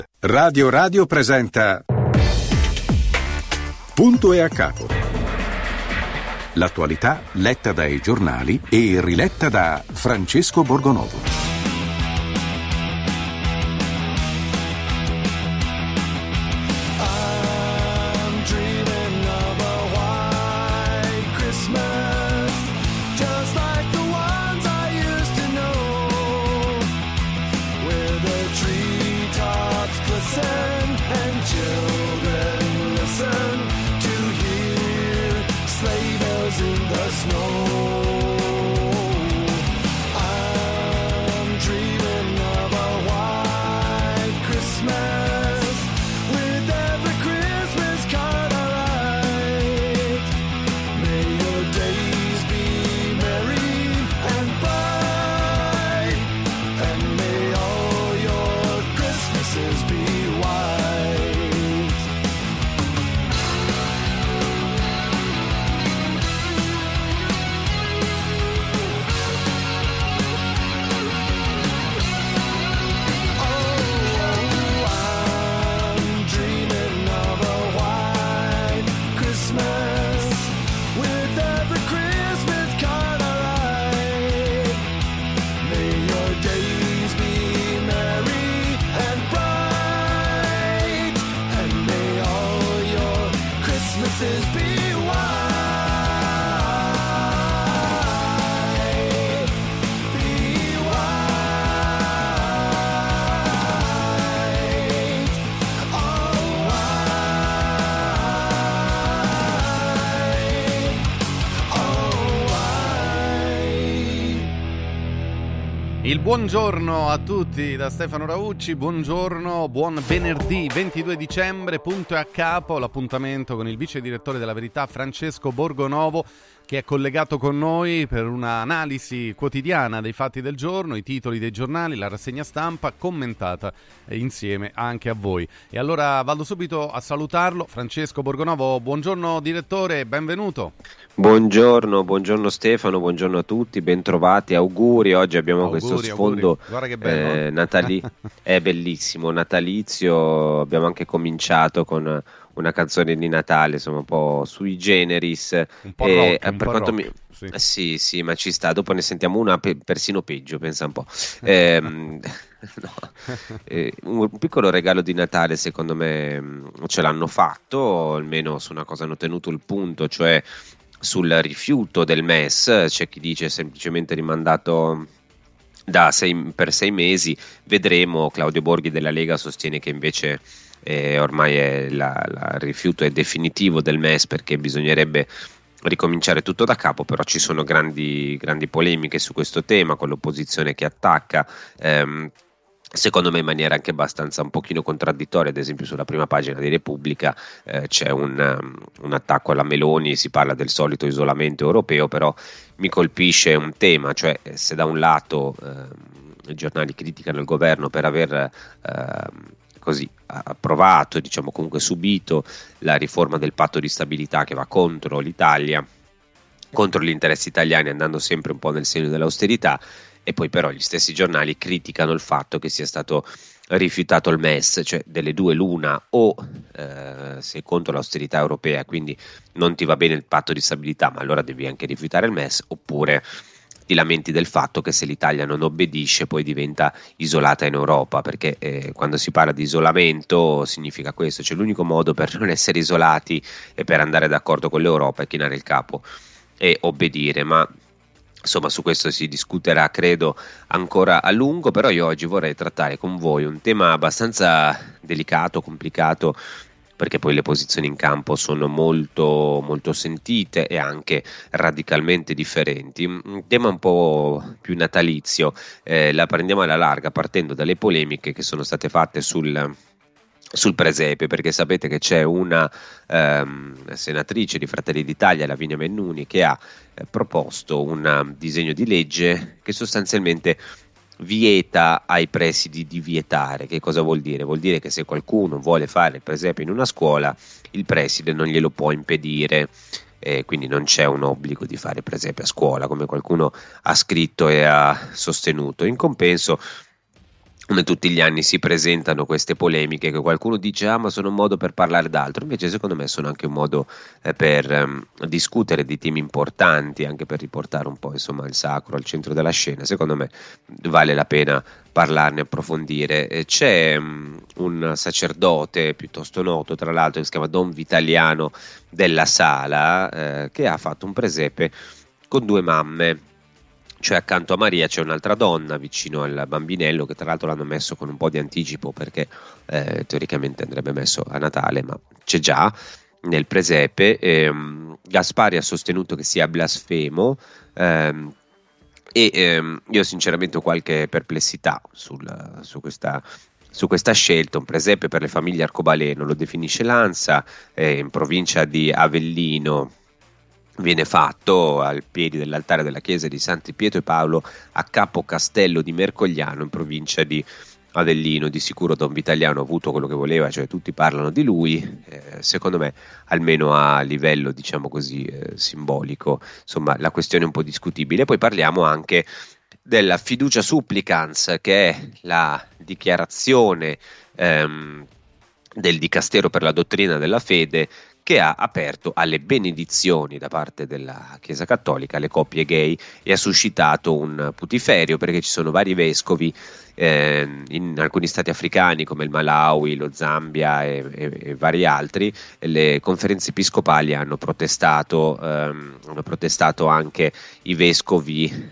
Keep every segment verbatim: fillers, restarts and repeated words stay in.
Radio Radio presenta Punto e a capo. L'attualità letta dai giornali e riletta da Francesco Borgonovo. Il buongiorno a tutti da Stefano Raucci, buongiorno, buon venerdì ventidue dicembre, Punto e a capo, l'appuntamento con il vice direttore della Verità Francesco Borgonovo, che è collegato con noi per un'analisi quotidiana dei fatti del giorno, i titoli dei giornali, la rassegna stampa commentata insieme anche a voi. E allora vado subito a salutarlo. Francesco Borgonovo, buongiorno direttore, benvenuto. Buongiorno, buongiorno Stefano, buongiorno a tutti, bentrovati, auguri. Oggi abbiamo auguri, questo sfondo Guarda che bello. eh, natali- è bellissimo, natalizio. Abbiamo anche cominciato con una canzone di Natale, insomma un po' sui generis, un po' e, rock, eh, un per po' quanto rock, mi... sì. Eh, sì, sì, ma ci sta. Dopo ne sentiamo una pe- persino peggio, pensa un po'. Eh, no. eh, un, un piccolo regalo di Natale, secondo me, mh, ce l'hanno fatto, almeno su una cosa hanno tenuto il punto, cioè sul rifiuto del M E S. C'è chi dice semplicemente rimandato da sei, per sei mesi, vedremo. Claudio Borghi della Lega sostiene che invece eh, ormai è la, la, il rifiuto è definitivo del M E S, perché bisognerebbe ricominciare tutto da capo. Però ci sono grandi, grandi polemiche su questo tema, con l'opposizione che attacca, ehm, secondo me in maniera anche abbastanza un pochino contraddittoria. Ad esempio sulla prima pagina di Repubblica eh, c'è un, um, un attacco alla Meloni, si parla del solito isolamento europeo, però mi colpisce un tema, cioè se da un lato eh, i giornali criticano il governo per aver eh, così approvato e diciamo comunque subito la riforma del patto di stabilità che va contro l'Italia, contro gli interessi italiani, andando sempre un po' nel segno dell'austerità, e poi però gli stessi giornali criticano il fatto che sia stato rifiutato il M E S, cioè delle due l'una: o eh, sei contro l'austerità europea, quindi non ti va bene il patto di stabilità, ma allora devi anche rifiutare il M E S, oppure ti lamenti del fatto che se l'Italia non obbedisce poi diventa isolata in Europa, perché eh, quando si parla di isolamento significa questo, cioè l'unico modo per non essere isolati e per andare d'accordo con l'Europa è chinare il capo e obbedire. Ma insomma su questo si discuterà credo ancora a lungo, però io oggi vorrei trattare con voi un tema abbastanza delicato, complicato, perché poi le posizioni in campo sono molto, molto sentite e anche radicalmente differenti. Un tema un po' più natalizio, eh, la prendiamo alla larga partendo dalle polemiche che sono state fatte sul sul presepe, perché sapete che c'è una ehm, senatrice di Fratelli d'Italia, Lavinia Mennuni, che ha eh, proposto un disegno di legge che sostanzialmente vieta ai presidi di vietare. Che cosa vuol dire? Vuol dire che se qualcuno vuole fare il presepe in una scuola, il preside non glielo può impedire, eh, quindi non c'è un obbligo di fare presepe a scuola, come qualcuno ha scritto e ha sostenuto. In compenso come tutti gli anni si presentano queste polemiche che qualcuno dice ah ma sono un modo per parlare d'altro, invece secondo me sono anche un modo eh, per ehm, discutere di temi importanti, anche per riportare un po' insomma il sacro al centro della scena. Secondo me vale la pena parlarne, approfondire. Eh, c'è um, un sacerdote piuttosto noto tra l'altro che si chiama Don Vitaliano della Sala eh, che ha fatto un presepe con due mamme. Cioè accanto a Maria c'è un'altra donna vicino al bambinello che tra l'altro l'hanno messo con un po' di anticipo perché eh, teoricamente andrebbe messo a Natale, ma c'è già nel presepe. ehm, Gaspari ha sostenuto che sia blasfemo ehm, e ehm, io sinceramente ho qualche perplessità sul, su questa su questa scelta. Un presepe per le famiglie arcobaleno, lo definisce l'ANSA, eh, in provincia di Avellino. Viene fatto al piedi dell'altare della chiesa di Santi Pietro e Paolo a Capo Castello di Mercogliano in provincia di Avellino. Di sicuro Don Vitaliano ha avuto quello che voleva, cioè tutti parlano di lui, eh, secondo me almeno a livello diciamo così eh, simbolico, insomma la questione è un po' discutibile. Poi parliamo anche della fiducia supplicans, che è la dichiarazione ehm, del Dicastero per la dottrina della fede che ha aperto alle benedizioni da parte della Chiesa Cattolica alle coppie gay e ha suscitato un putiferio perché ci sono vari vescovi eh, in alcuni stati africani come il Malawi, lo Zambia e, e, e vari altri. Le conferenze episcopali hanno protestato, ehm, hanno protestato anche i vescovi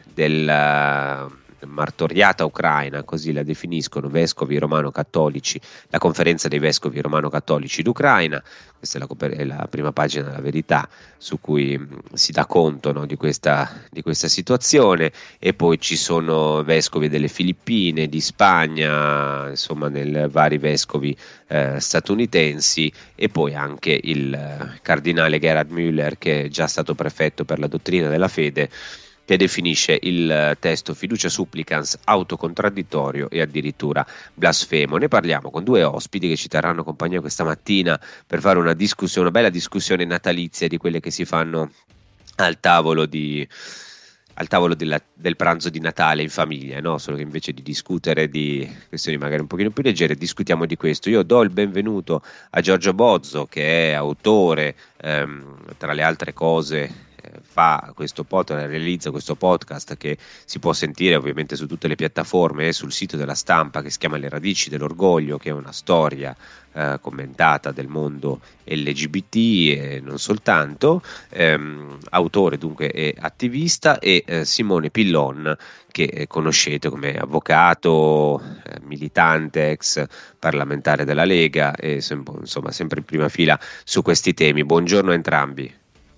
del martoriata Ucraina, così la definiscono, vescovi romano-cattolici, la conferenza dei vescovi romano-cattolici d'Ucraina. Questa è la, è la prima pagina della Verità su cui mh, si dà conto, no, di, questa, di questa situazione. E poi ci sono vescovi delle Filippine, di Spagna, insomma nel vari vescovi eh, statunitensi, e poi anche il eh, cardinale Gerhard Müller, che è già stato prefetto per la dottrina della fede, che definisce il testo fiducia supplicans autocontradittorio e addirittura blasfemo. Ne parliamo con due ospiti che ci terranno compagnia questa mattina per fare una discussione, una bella discussione natalizia di quelle che si fanno al tavolo di al tavolo della, del pranzo di Natale in famiglia, no? Solo che invece di discutere di questioni magari un pochino più leggere, discutiamo di questo. Io do il benvenuto a Giorgio Bozzo, che è autore, ehm, tra le altre cose fa questo podcast, realizza questo podcast che si può sentire ovviamente su tutte le piattaforme e sul sito della Stampa, che si chiama Le radici dell'orgoglio, che è una storia eh, commentata del mondo L G B T e non soltanto, ehm, autore dunque e attivista, e eh, Simone Pillon, che eh, conoscete come avvocato, eh, militante, ex parlamentare della Lega e sem- insomma sempre in prima fila su questi temi. Buongiorno a entrambi.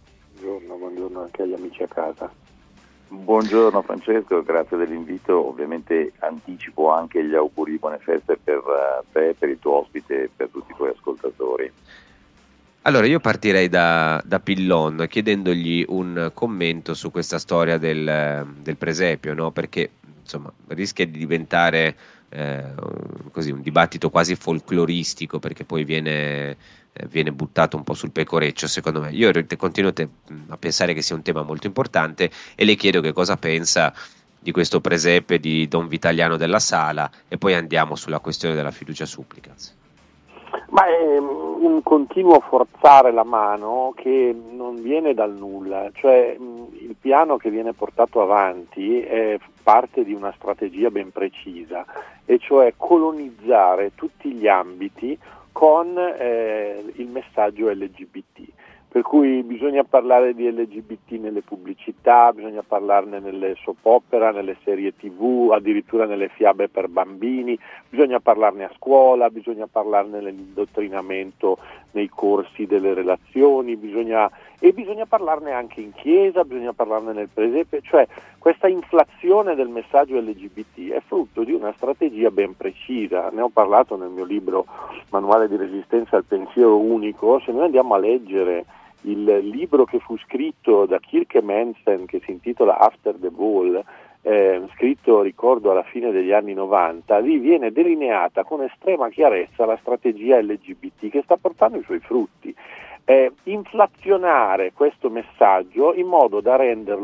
Anche agli amici a casa. Buongiorno Francesco, grazie dell'invito. Ovviamente anticipo anche gli auguri di buone feste per te, per il tuo ospite e per tutti i tuoi ascoltatori. Allora io partirei da, da Pillon chiedendogli un commento su questa storia del, del presepio, no? Perché insomma rischia di diventare eh, così un dibattito quasi folcloristico, perché poi viene viene buttato un po' sul pecoreccio, secondo me. Io continuo te, a pensare che sia un tema molto importante e le chiedo che cosa pensa di questo presepe di Don Vitaliano della Sala, e poi andiamo sulla questione della fiducia supplicans. Ma è un continuo forzare la mano che non viene dal nulla, cioè il piano che viene portato avanti è parte di una strategia ben precisa, e cioè colonizzare tutti gli ambiti con eh, il messaggio L G B T, per cui bisogna parlare di L G B T nelle pubblicità, bisogna parlarne nelle soap opera, nelle serie tivù, addirittura nelle fiabe per bambini, bisogna parlarne a scuola, bisogna parlarne nell'indottrinamento nei corsi delle relazioni, bisogna e bisogna parlarne anche in chiesa, bisogna parlarne nel presepe, cioè questa inflazione del messaggio L G B T è frutto di una strategia ben precisa. Ne ho parlato nel mio libro Manuale di resistenza al pensiero unico. Se noi andiamo a leggere il libro che fu scritto da Kirke Mensen, che si intitola After the Ball, eh, scritto ricordo alla fine degli anni novanta, lì viene delineata con estrema chiarezza la strategia L G B T che sta portando i suoi frutti. Eh, inflazionare questo messaggio in modo da renderlo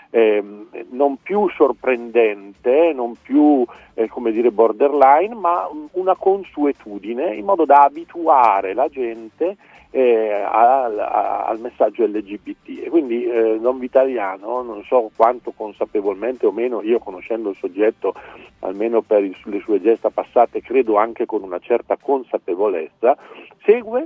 eh, non più sorprendente, non più eh, come dire borderline, ma una consuetudine, in modo da abituare la gente eh, al, al messaggio L G B T. E quindi eh, Don Vitaliano, non so quanto consapevolmente o meno, io conoscendo il soggetto, almeno per il, le sue gesta passate, credo anche con una certa consapevolezza, segue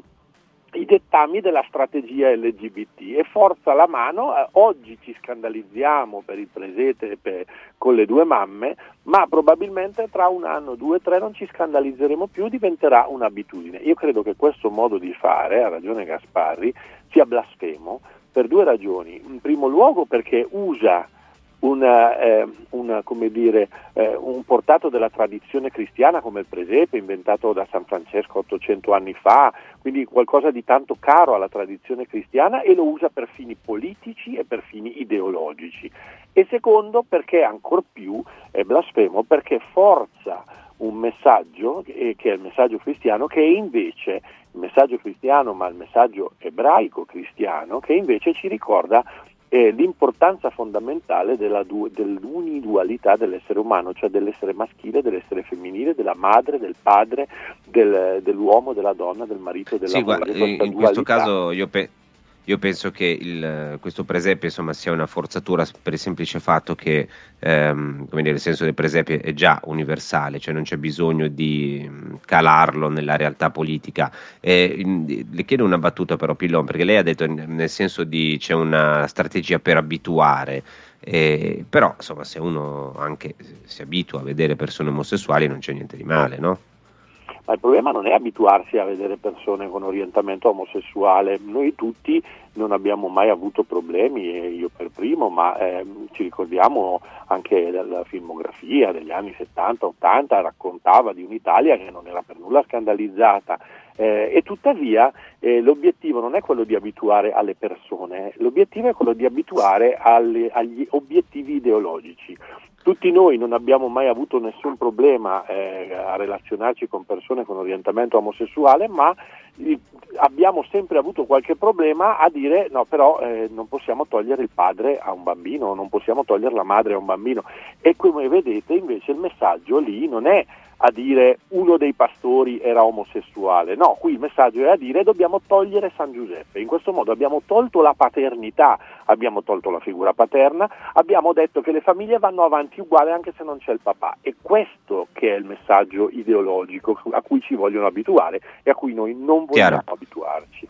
i dettami della strategia L G B T e forza la mano. Eh, oggi ci scandalizziamo per il presepe per, con le due mamme, ma probabilmente tra un anno, due, tre non ci scandalizzeremo più, diventerà un'abitudine. Io credo che questo modo di fare, ha ragione Gasparri, sia blasfemo per due ragioni. In primo luogo perché usa Una, eh, una, come dire, eh, un portato della tradizione cristiana come il presepe, inventato da San Francesco ottocento anni fa, quindi qualcosa di tanto caro alla tradizione cristiana, e lo usa per fini politici e per fini ideologici. E secondo perché ancor più è blasfemo, perché forza un messaggio eh, che è il messaggio cristiano, che è invece il messaggio cristiano, ma il messaggio ebraico cristiano, che invece ci ricorda Eh, l'importanza fondamentale della du- dell'unidualità dell'essere umano, cioè dell'essere maschile, dell'essere femminile, della madre, del padre, del, dell'uomo, della donna, del marito, della sì, moglie. guarda, in dualità. Questo caso io, pe- io penso che il, questo presepe insomma sia una forzatura per il semplice fatto che ehm, come dire, il senso del presepe è già universale, cioè non c'è bisogno di calarlo nella realtà politica. Eh, in, le chiedo una battuta però, Pillon, perché lei ha detto nel senso di c'è una strategia per abituare, eh, però insomma se uno anche si abitua a vedere persone omosessuali non c'è niente di male, no? Ma il problema non è abituarsi a vedere persone con orientamento omosessuale. Noi tutti non abbiamo mai avuto problemi, e io per primo, ma eh, ci ricordiamo anche della filmografia degli anni settanta ottanta, raccontava di un'Italia che non era per nulla scandalizzata. Eh, e tuttavia eh, l'obiettivo non è quello di abituare alle persone, l'obiettivo è quello di abituare alle, agli obiettivi ideologici. Tutti noi non abbiamo mai avuto nessun problema eh, a relazionarci con persone con orientamento omosessuale, ma eh, abbiamo sempre avuto qualche problema a dire no, però eh, non possiamo togliere il padre a un bambino, non possiamo togliere la madre a un bambino. E come vedete invece il messaggio lì non è a dire uno dei pastori era omosessuale, no, qui il messaggio è a dire dobbiamo togliere San Giuseppe. In questo modo abbiamo tolto la paternità, abbiamo tolto la figura paterna, abbiamo detto che le famiglie vanno avanti uguale anche se non c'è il papà. E questo che è il messaggio ideologico a cui ci vogliono abituare e a cui noi non vogliamo Chiaro. abituarci.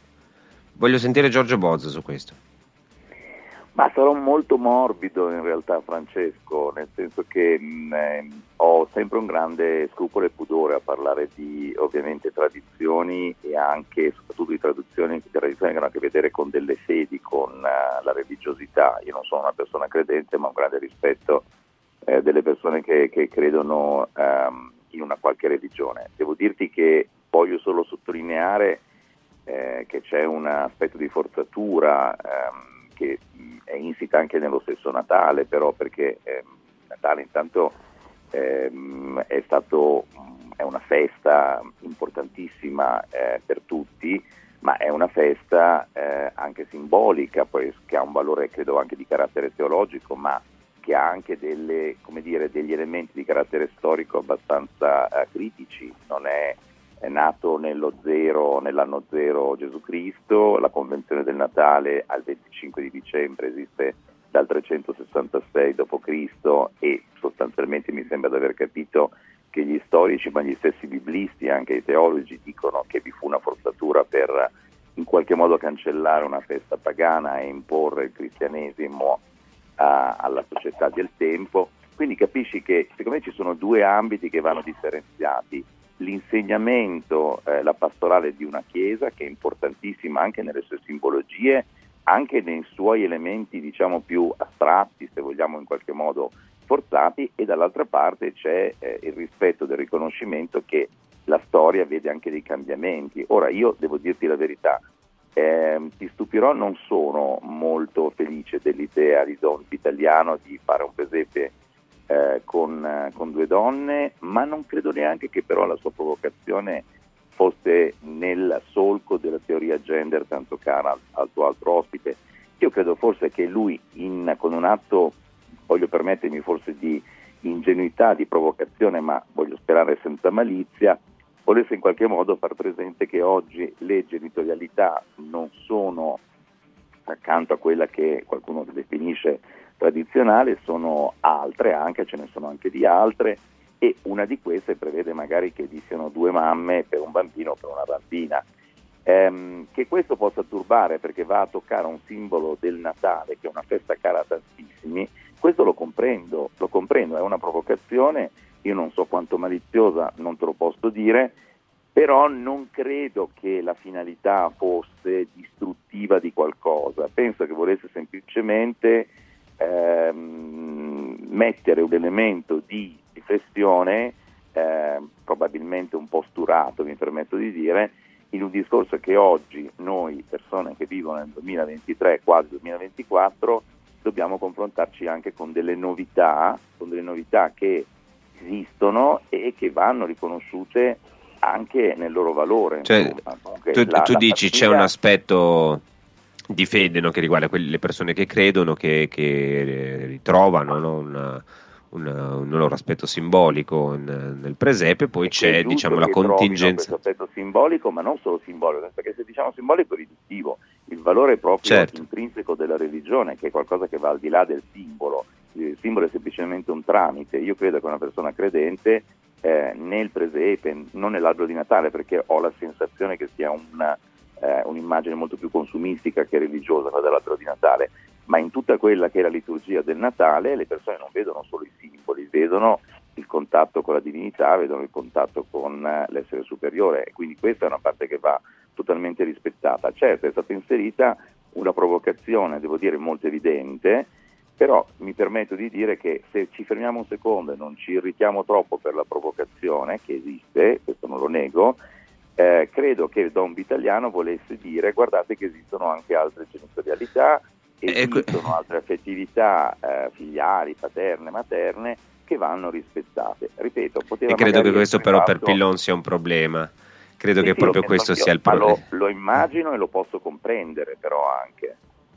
Voglio sentire Giorgio Bozzo su questo. Ma sarò molto morbido in realtà, Francesco, nel senso che mh, eh, ho sempre un grande scrupolo e pudore a parlare di ovviamente tradizioni e anche soprattutto di tradizioni, di tradizioni che hanno a che vedere con delle fedi, con uh, la religiosità. Io non sono una persona credente, ma ho un grande rispetto eh, delle persone che, che credono um, in una qualche religione. Devo dirti che voglio solo sottolineare eh, che c'è un aspetto di forzatura um, che è insita anche nello stesso Natale, però perché eh, Natale intanto ehm, è stato è una festa importantissima eh, per tutti, ma è una festa eh, anche simbolica, poi, che ha un valore credo anche di carattere teologico, ma che ha anche delle, come dire, degli elementi di carattere storico abbastanza eh, critici. Non è È nato nello zero, nell'anno zero Gesù Cristo, la convenzione del Natale al venticinque di dicembre esiste dal trecentosessantasei dopo Cristo e sostanzialmente mi sembra di aver capito che gli storici, ma gli stessi biblisti, anche i teologi, dicono che vi fu una forzatura per in qualche modo cancellare una festa pagana e imporre il cristianesimo a, alla società del tempo. Quindi capisci che secondo me ci sono due ambiti che vanno differenziati. L'insegnamento, eh, la pastorale di una chiesa che è importantissima anche nelle sue simbologie, anche nei suoi elementi diciamo più astratti, se vogliamo in qualche modo forzati, e dall'altra parte c'è eh, il rispetto del riconoscimento che la storia vede anche dei cambiamenti. Ora io devo dirti la verità, eh, ti stupirò, non sono molto felice dell'idea di Don Vitaliano di fare un presepe Eh, con, eh, con due donne, ma non credo neanche che però la sua provocazione fosse nel solco della teoria gender tanto cara al, al tuo altro ospite. Io credo forse che lui, in, con un atto, voglio permettermi forse di ingenuità, di provocazione, ma voglio sperare senza malizia, volesse in qualche modo far presente che oggi le genitorialità non sono, accanto a quella che qualcuno definisce tradizionale, sono altre, anche ce ne sono anche di altre, e una di queste prevede magari che vi siano due mamme per un bambino o per una bambina. Ehm, che questo possa turbare perché va a toccare un simbolo del Natale, che è una festa cara a tantissimi, questo lo comprendo, lo comprendo, è una provocazione, io non so quanto maliziosa, non te lo posso dire, però non credo che la finalità fosse distruttiva di qualcosa, penso che volesse semplicemente ehm, mettere un elemento di riflessione, eh, probabilmente un po' sturato, mi permetto di dire, in un discorso che oggi noi, persone che vivono nel duemilaventitré, quasi duemilaventiquattro, dobbiamo confrontarci anche con delle novità, con delle novità che esistono e che vanno riconosciute anche nel loro valore. Cioè, insomma, tu, la, tu la dici famiglia... c'è un aspetto di fede, no, che riguarda quelle persone che credono, che, che ritrovano, no, una, una, un loro aspetto simbolico in, nel presepe, poi c'è, diciamo, la contingenza. Questo aspetto simbolico, ma non solo simbolico, perché se diciamo simbolico è riduttivo, il valore proprio certo. intrinseco della religione, che è qualcosa che va al di là del simbolo. Il simbolo è semplicemente un tramite. Io credo che una persona credente eh, nel presepe, non nell'albero di Natale, perché ho la sensazione che sia una, eh, un'immagine molto più consumistica che religiosa quella dell'albero di Natale, ma in tutta quella che è la liturgia del Natale le persone non vedono solo i simboli, vedono il contatto con la divinità, vedono il contatto con l'essere superiore, e quindi questa è una parte che va totalmente rispettata. Certo, è stata inserita una provocazione, devo dire molto evidente, però mi permetto di dire che se ci fermiamo un secondo e non ci irritiamo troppo per la provocazione, che esiste, questo non lo nego, eh, credo che Don Vitaliano volesse dire: guardate che esistono anche altre genitorialità, esistono altre affettività eh, filiali, paterne, materne, che vanno rispettate. Ripeto, poteva e credo che questo però fatto... per Pillon sia un problema. Credo sì, che sì, proprio questo sia il problema. Lo, lo immagino e lo posso comprendere, però anche.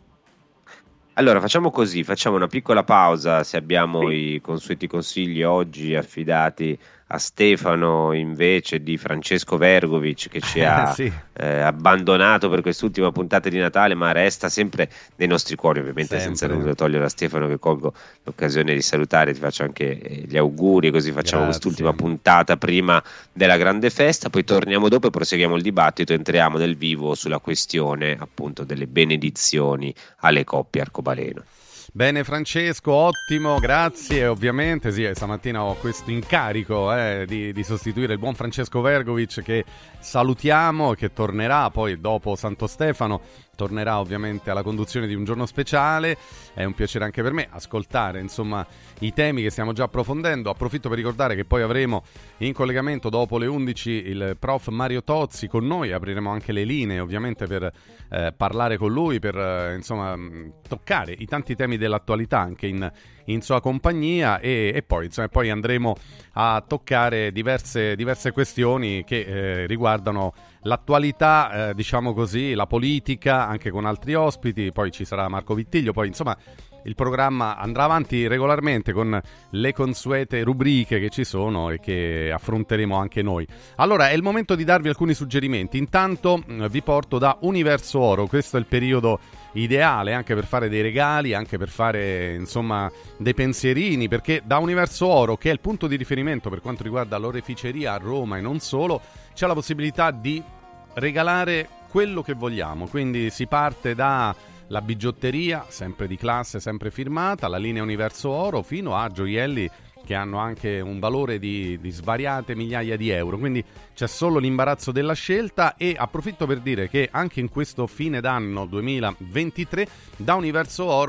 Allora facciamo così, facciamo una piccola pausa, se abbiamo sì. i consueti consigli oggi affidati a Stefano invece di Francesco Vergovic, che ci ha sì. eh, abbandonato per quest'ultima puntata di Natale, ma resta sempre nei nostri cuori, ovviamente, sempre. Senza nulla togliere a Stefano, che colgo l'occasione di salutare, ti faccio anche gli auguri, così facciamo Grazie. Quest'ultima puntata prima della grande festa, poi torniamo dopo e proseguiamo il dibattito, entriamo nel vivo sulla questione appunto delle benedizioni alle coppie arcobaleno. Bene Francesco, ottimo, grazie. Ovviamente sì, stamattina ho questo incarico eh, di, di sostituire il buon Francesco Vergovic, che salutiamo, che tornerà poi dopo Santo Stefano, tornerà ovviamente alla conduzione di Un Giorno Speciale. È un piacere anche per me ascoltare insomma i temi che stiamo già approfondendo. Approfitto per ricordare che poi avremo in collegamento dopo le undici il prof Mario Tozzi con noi, apriremo anche le linee ovviamente per eh, parlare con lui, per eh, insomma toccare i tanti temi dell'attualità anche in, in sua compagnia, e, e poi insomma poi andremo a toccare diverse, diverse questioni che eh, riguardano l'attualità, eh, diciamo così, la politica, anche con altri ospiti. Poi ci sarà Marco Vittiglio, poi insomma il programma andrà avanti regolarmente con le consuete rubriche che ci sono e che affronteremo anche noi. Allora è il momento di darvi alcuni suggerimenti. Intanto vi porto da Universo Oro. Questo è il periodo ideale anche per fare dei regali, anche per fare insomma dei pensierini, perché da Universo Oro, che è il punto di riferimento per quanto riguarda l'oreficeria a Roma e non solo, c'è la possibilità di regalare quello che vogliamo. Quindi si parte da la bigiotteria, sempre di classe, sempre firmata, la linea Universo Oro, fino a gioielli che hanno anche un valore di, di svariate migliaia di euro. Quindi c'è solo l'imbarazzo della scelta, e approfitto per dire che anche in questo fine d'anno duemilaventitré da Universo Oro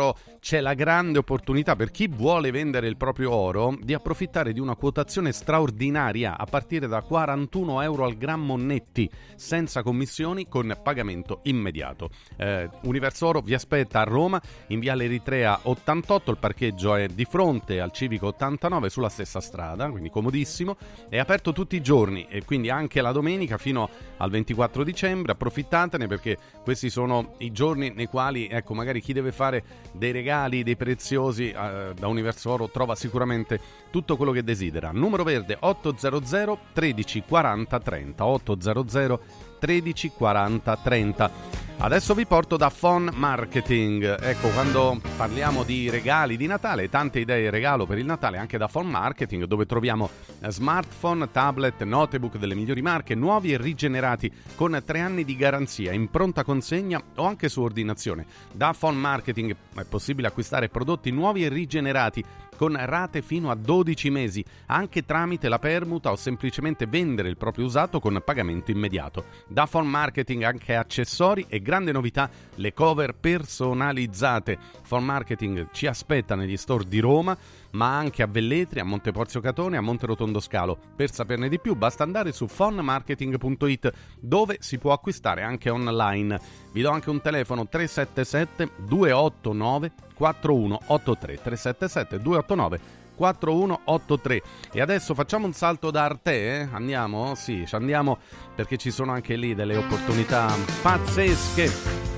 c'è la grande opportunità per chi vuole vendere il proprio oro di approfittare di una quotazione straordinaria a partire da quarantuno euro al grammo netti, senza commissioni, con pagamento immediato. Eh, Universo Oro vi aspetta a Roma, in Viale Eritrea ottantotto, il parcheggio è di fronte al Civico ottantanove sulla stessa strada, quindi comodissimo, è aperto tutti i giorni e quindi anche la domenica fino al ventiquattro dicembre. Approfittatene, perché questi sono i giorni nei quali, ecco, magari chi deve fare dei regali, dei preziosi, eh, da Universo Oro trova sicuramente tutto quello che desidera. Numero verde ottocento tredici quaranta trenta, ottocento tredici quaranta trenta. Adesso vi porto da Phone Marketing. Ecco, quando parliamo di regali di Natale, tante idee regalo per il Natale anche da Phone Marketing, dove troviamo smartphone, tablet, notebook delle migliori marche, nuovi e rigenerati con tre anni di garanzia, in pronta consegna o anche su ordinazione. Da Phone Marketing è possibile acquistare prodotti nuovi e rigenerati con rate fino a dodici mesi, anche tramite la permuta, o semplicemente vendere il proprio usato con pagamento immediato. Da Phone Marketing anche accessori e grande novità, le cover personalizzate. Phone Marketing ci aspetta negli store di Roma, ma anche a Velletri, a Monteporzio Catone e a Monterotondo Scalo. Per saperne di più basta andare su phone marketing punto it, dove si può acquistare anche online. Vi do anche un telefono: tre sette sette due otto nove quattro uno otto tre, tre sette sette due otto nove quattro uno otto tre. E adesso facciamo un salto da Arte, eh? Andiamo? Sì, ci andiamo, perché ci sono anche lì delle opportunità pazzesche.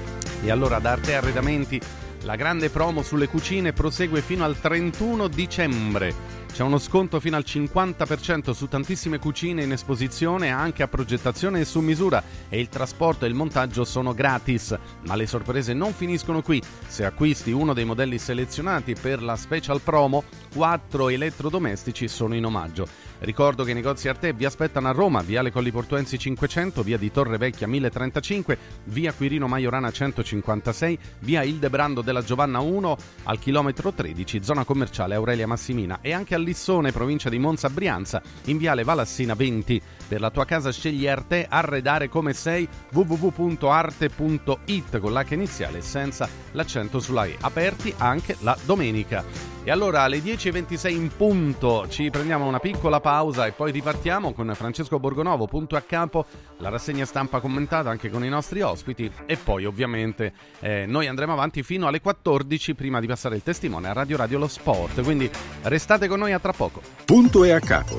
E allora da Arte Arredamenti la grande promo sulle cucine prosegue fino al trentuno dicembre. C'è uno sconto fino al cinquanta per cento su tantissime cucine in esposizione, anche a progettazione e su misura, e il trasporto e il montaggio sono gratis. Ma le sorprese non finiscono qui. Se acquisti uno dei modelli selezionati per la special promo, quattro elettrodomestici sono in omaggio. Ricordo che i negozi Arte vi aspettano a Roma, Viale Colli Portuensi cinquecento, via di Torre Vecchia mille trentacinque, via Quirino Maiorana centocinquantasei, via Ildebrando della Giovanna uno al chilometro tredici, zona commerciale Aurelia Massimina, e anche a Lissone, provincia di Monza Brianza, in Viale Valassina venti. Per la tua casa scegli Arte, arredare come sei, w w w punto arte punto it con l'H iniziale senza l'accento sulla E. Aperti anche la domenica. E allora alle dieci e ventisei in punto ci prendiamo una piccola pausa e poi ripartiamo con Francesco Borgonovo, punto a capo, la rassegna stampa commentata anche con i nostri ospiti, e poi ovviamente eh, noi andremo avanti fino alle quattordici prima di passare il testimone a Radio Radio Lo Sport, quindi restate con noi, a tra poco. Punto e a capo.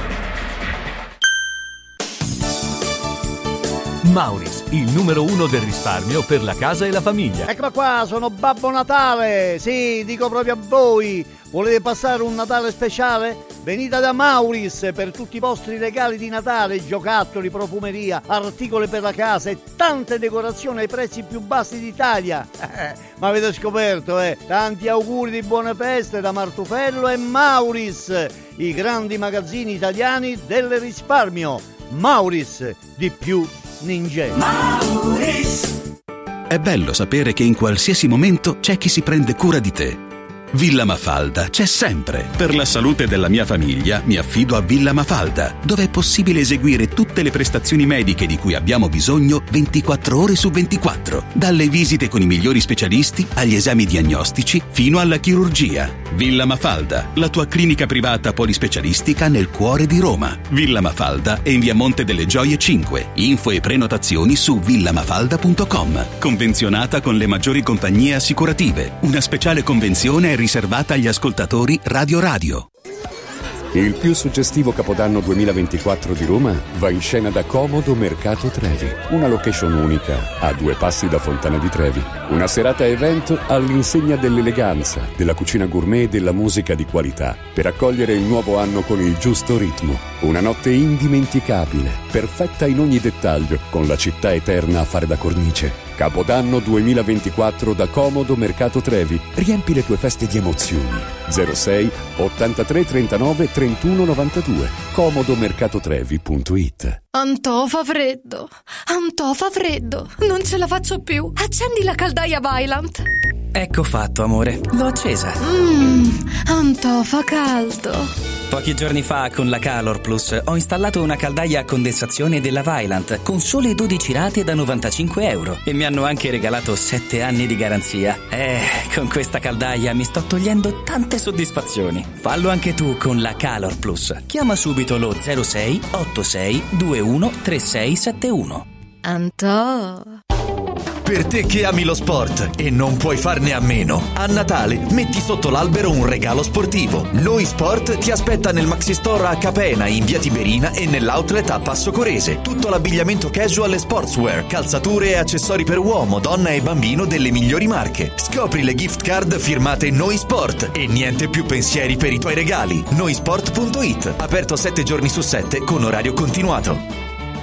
Mauris, il numero uno del risparmio per la casa e la famiglia. Eccola qua, sono Babbo Natale, sì, dico proprio a voi. Volete passare un Natale speciale? Venite da Mauris per tutti i vostri regali di Natale, giocattoli, profumeria, articoli per la casa e tante decorazioni ai prezzi più bassi d'Italia. Ma avete scoperto, eh? Tanti auguri di buone feste da Martufello e Mauris, i grandi magazzini italiani del risparmio. Mauris, di più ninja. Mauris. È bello sapere che in qualsiasi momento c'è chi si prende cura di te. Villa Mafalda c'è sempre. Per la salute della mia famiglia mi affido a Villa Mafalda, dove è possibile eseguire tutte le prestazioni mediche di cui abbiamo bisogno ventiquattro ore su ventiquattro, dalle visite con i migliori specialisti agli esami diagnostici fino alla chirurgia. Villa Mafalda, la tua clinica privata polispecialistica nel cuore di Roma. Villa Mafalda è in via Monte delle Gioie cinque. Info e prenotazioni su villamafalda punto com. Convenzionata con le maggiori compagnie assicurative. Una speciale convenzione è riservata agli ascoltatori Radio Radio. Il più suggestivo Capodanno duemilaventiquattro di Roma va in scena da Comodo Mercato Trevi, una location unica a due passi da Fontana di Trevi. Una serata evento all'insegna dell'eleganza, della cucina gourmet e della musica di qualità, per accogliere il nuovo anno con il giusto ritmo. Una notte indimenticabile, perfetta in ogni dettaglio, con la città eterna a fare da cornice. Capodanno duemilaventiquattro da Comodo Mercato Trevi. Riempi le tue feste di emozioni. zero sei ottantatré trentanove trentuno novantadue. comodomercatotrevi punto it. Antò fa freddo, Antò fa freddo, non ce la faccio più. Accendi la caldaia Vaillant. Ecco fatto, amore, l'ho accesa. Mmm, Antò fa caldo. Pochi giorni fa con la Calor Plus ho installato una caldaia a condensazione della Vaillant con sole dodici rate da novantacinque euro e mi hanno anche regalato sette anni di garanzia. Eh, con questa caldaia mi sto togliendo tante soddisfazioni. Fallo anche tu con la Calor Plus. Chiama subito lo zero sei otto sei due uno tre sei sette uno. Antò. Per te che ami lo sport e non puoi farne a meno, a Natale metti sotto l'albero un regalo sportivo. Noi Sport ti aspetta nel Maxi Store a Capena in via Tiberina e nell'outlet a Passo Corese. Tutto l'abbigliamento casual e sportswear, calzature e accessori per uomo, donna e bambino delle migliori marche. Scopri le gift card firmate Noi Sport e niente più pensieri per i tuoi regali. Noisport punto it, aperto sette giorni su sette con orario continuato.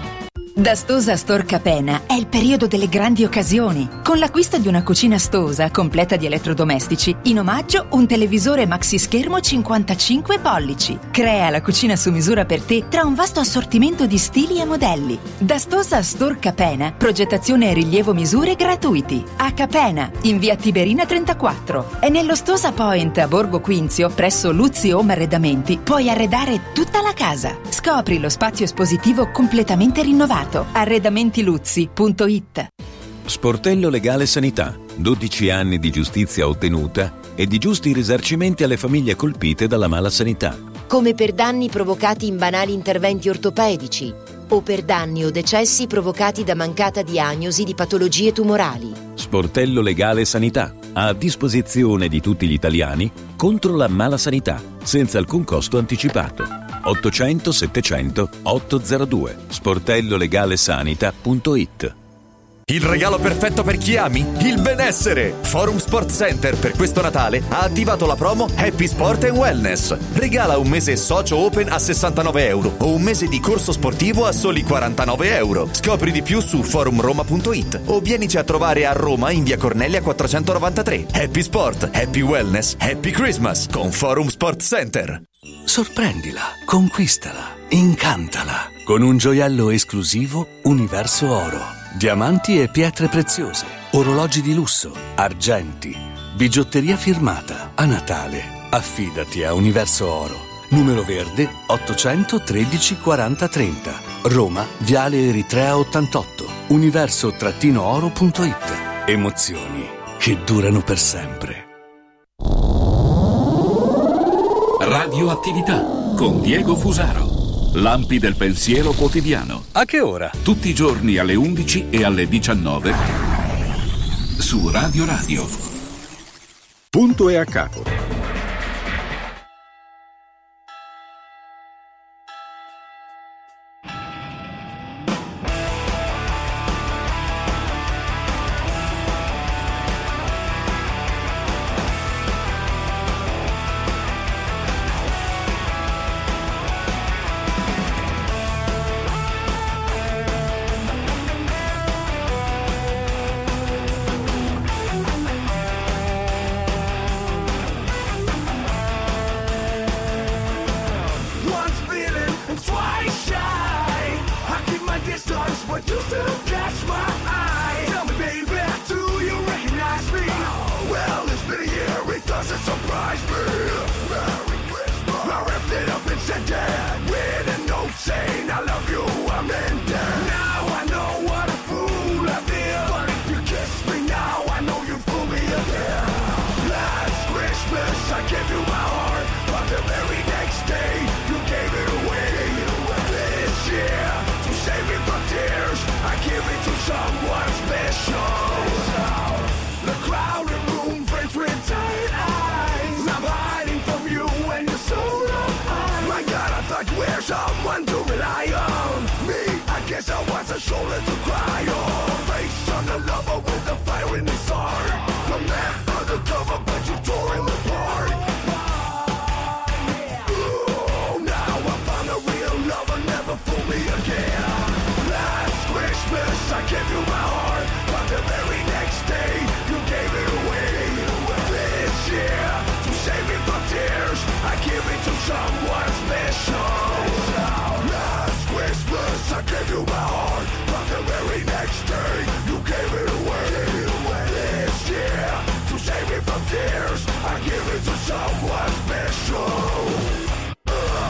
Da Stosa Store Capena è il periodo delle grandi occasioni. Con l'acquisto di una cucina Stosa completa di elettrodomestici, in omaggio un televisore maxi schermo cinquantacinque pollici. Crea la cucina su misura per te tra un vasto assortimento di stili e modelli. Da Stosa Store Capena, progettazione e rilievo misure gratuiti. A Capena, in via Tiberina trentaquattro. E nello Stosa Point a Borgo Quinzio, presso Luzzi Home Arredamenti, puoi arredare tutta la casa. Scopri lo spazio espositivo completamente rinnovato. arredamentiluzzi punto it. Sportello Legale Sanità. dodici anni di giustizia ottenuta e di giusti risarcimenti alle famiglie colpite dalla mala sanità. Come per danni provocati in banali interventi ortopedici o per danni o decessi provocati da mancata diagnosi di patologie tumorali. Sportello Legale Sanità. A disposizione di tutti gli italiani contro la mala sanità, senza alcun costo anticipato. ottocento settecento ottocentodue. sportello legale sanità punto it. Il regalo perfetto per chi ami? Il benessere! Forum Sport Center per questo Natale ha attivato la promo Happy Sport and Wellness. Regala un mese socio open a sessantanove euro o un mese di corso sportivo a soli quarantanove euro. Scopri di più su forum roma punto it o vienici a trovare a Roma in via Cornelia quattrocentonovantatré. Happy Sport, Happy Wellness, Happy Christmas con Forum Sport Center. Sorprendila, conquistala, incantala con un gioiello esclusivo Universo Oro. Diamanti e pietre preziose, orologi di lusso, argenti, bigiotteria firmata. A Natale affidati a Universo Oro. Numero verde ottocentotredici quaranta trenta. Roma, Viale Eritrea ottantotto. universo oro punto it. Emozioni che durano per sempre. Radioattività con Diego Fusaro. Lampi del pensiero quotidiano. A che ora? Tutti i giorni alle undici e alle diciannove su Radio Radio. Punto e a capo. Tears, I give it to someone special.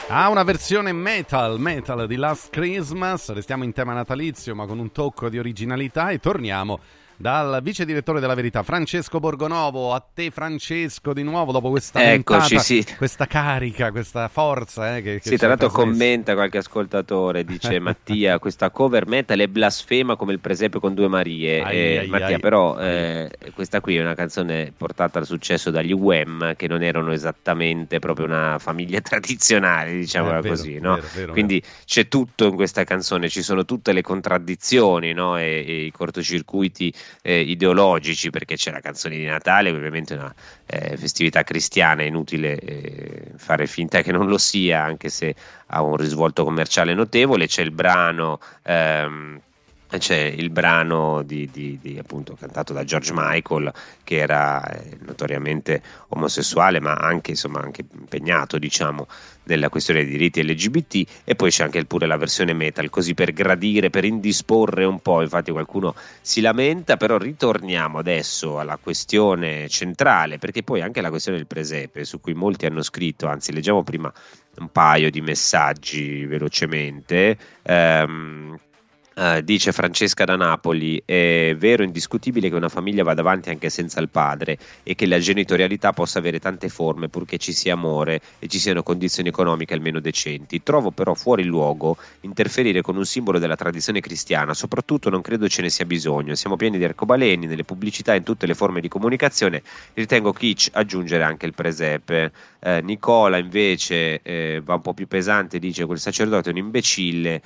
Ha una versione metal, metal di Last Christmas. Restiamo in tema natalizio ma con un tocco di originalità e torniamo dal vice direttore della Verità Francesco Borgonovo. A te Francesco di nuovo dopo questa Eccoci, ventata, sì. questa carica, questa forza eh, che, che sì, tra l'altro trasmesso. commenta qualche ascoltatore, dice Mattia questa cover metal è blasfema come il presepe con due Marie. Ai, eh, ai, Mattia ai. però eh, questa qui è una canzone portata al successo dagli Wham, che non erano esattamente proprio una famiglia tradizionale, diciamola Eh, vero, così, no? vero, vero, Quindi c'è tutto in questa canzone, ci sono tutte le contraddizioni, no? e, e i cortocircuiti eh, ideologici, perché c'è la canzone di Natale, ovviamente una eh, festività cristiana, è inutile eh, fare finta che non lo sia, anche se ha un risvolto commerciale notevole. C'è il brano ehm, c'è il brano di, di, di, appunto cantato da George Michael, che era eh, notoriamente omosessuale, ma anche insomma anche impegnato, diciamo, nella questione dei diritti L G B T, e poi c'è anche pure la versione metal, così per gradire, per indisporre un po'. Infatti qualcuno si lamenta, però ritorniamo adesso alla questione centrale, perché poi anche la questione del presepe, su cui molti hanno scritto, anzi leggiamo prima un paio di messaggi velocemente. ehm, Uh, dice Francesca da Napoli: è vero, indiscutibile che una famiglia vada avanti anche senza il padre e che la genitorialità possa avere tante forme purché ci sia amore e ci siano condizioni economiche almeno decenti. Trovo però fuori luogo interferire con un simbolo della tradizione cristiana, soprattutto non credo ce ne sia bisogno. Siamo pieni di arcobaleni nelle pubblicità e in tutte le forme di comunicazione. Ritengo kitsch aggiungere anche il presepe. eh, Nicola invece eh, va un po' più pesante, dice: quel sacerdote è un imbecille,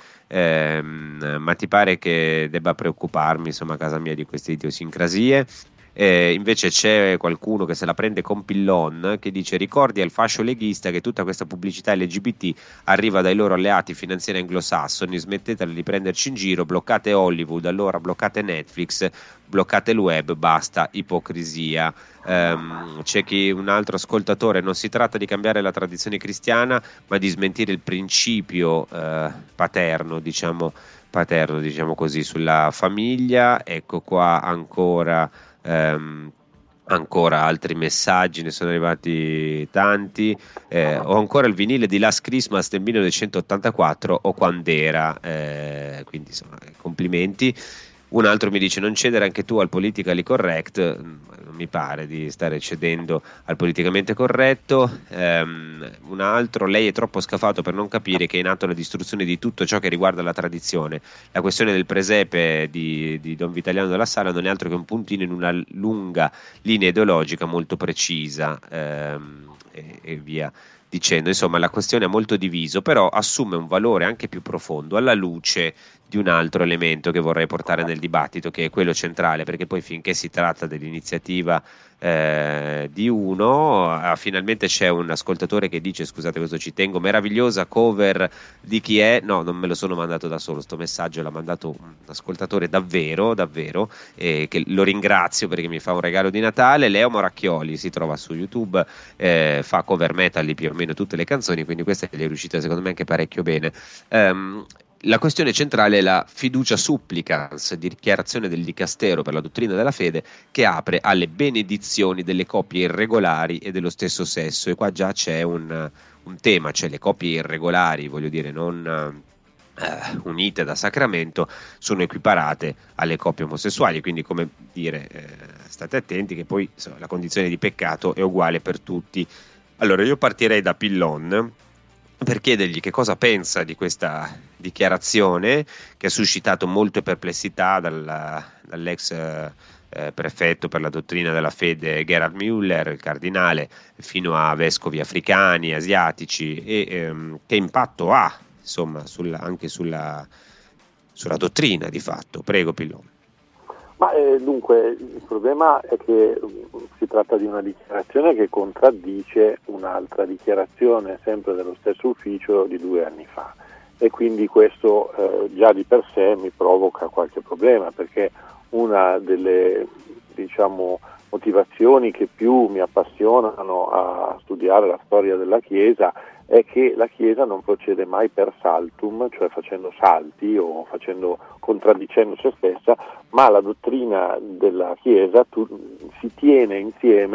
ehm, ma ti pare che debba preoccuparmi, insomma, a casa mia di queste idiosincrasie? Eh, invece c'è qualcuno che se la prende con Pillon, che dice: ricordi al fascio leghista che tutta questa pubblicità L G B T arriva dai loro alleati finanziari anglosassoni, smettetela di prenderci in giro, bloccate Hollywood, allora bloccate Netflix, bloccate il web, basta ipocrisia. Um, c'è chi, un altro ascoltatore: non si tratta di cambiare la tradizione cristiana ma di smentire il principio uh, paterno, diciamo paterno diciamo così, sulla famiglia. Ecco qua ancora um, ancora altri messaggi, ne sono arrivati tanti. Eh, ho ancora il vinile di Last Christmas del millenovecentottantaquattro o quand'era, eh, quindi insomma complimenti. Un altro mi dice: non cedere anche tu al politically correct. Non mi pare di stare cedendo al politicamente corretto. Um, un altro: lei è troppo scafato per non capire che è in atto la distruzione di tutto ciò che riguarda la tradizione. La questione del presepe di, di Don Vitaliano della Sala non è altro che un puntino in una lunga linea ideologica molto precisa, um, e, e via dicendo. Insomma, la questione è molto diviso, però assume un valore anche più profondo alla luce di un altro elemento che vorrei portare nel dibattito, che è quello centrale, perché poi finché si tratta dell'iniziativa eh, di uno, ah, finalmente c'è un ascoltatore che dice: scusate, questo ci tengo, meravigliosa cover di chi è? No, non me lo sono mandato da solo, sto messaggio l'ha mandato un ascoltatore davvero, davvero, eh, che lo ringrazio perché mi fa un regalo di Natale. Leo Moracchioli, si trova su YouTube, eh, fa cover metal di più o meno tutte le canzoni, quindi questa gli è riuscita secondo me anche parecchio bene. Um, La questione centrale è la fiducia supplicans, dichiarazione del Dicastero per la dottrina della fede, che apre alle benedizioni delle coppie irregolari e dello stesso sesso. E qua già c'è un, un tema, cioè le coppie irregolari, voglio dire, non eh, unite da sacramento, sono equiparate alle coppie omosessuali, quindi come dire, eh, state attenti che poi insomma, la condizione di peccato è uguale per tutti. Allora io partirei da Pillon per chiedergli che cosa pensa di questa dichiarazione, che ha suscitato molte perplessità dalla, dall'ex eh, prefetto per la dottrina della fede Gerhard Müller, il cardinale, fino a vescovi africani, asiatici, e ehm, che impatto ha insomma sulla, anche sulla, sulla dottrina di fatto. Prego Pillon. Ma eh, dunque il problema è che um, si tratta di una dichiarazione che contraddice un'altra dichiarazione sempre dello stesso ufficio di due anni fa, e quindi questo eh, già di per sé mi provoca qualche problema, perché una delle diciamo motivazioni che più mi appassionano a studiare la storia della Chiesa è che la Chiesa non procede mai per saltum, cioè facendo salti o facendo, contraddicendo se stessa, ma la dottrina della Chiesa tu, si tiene insieme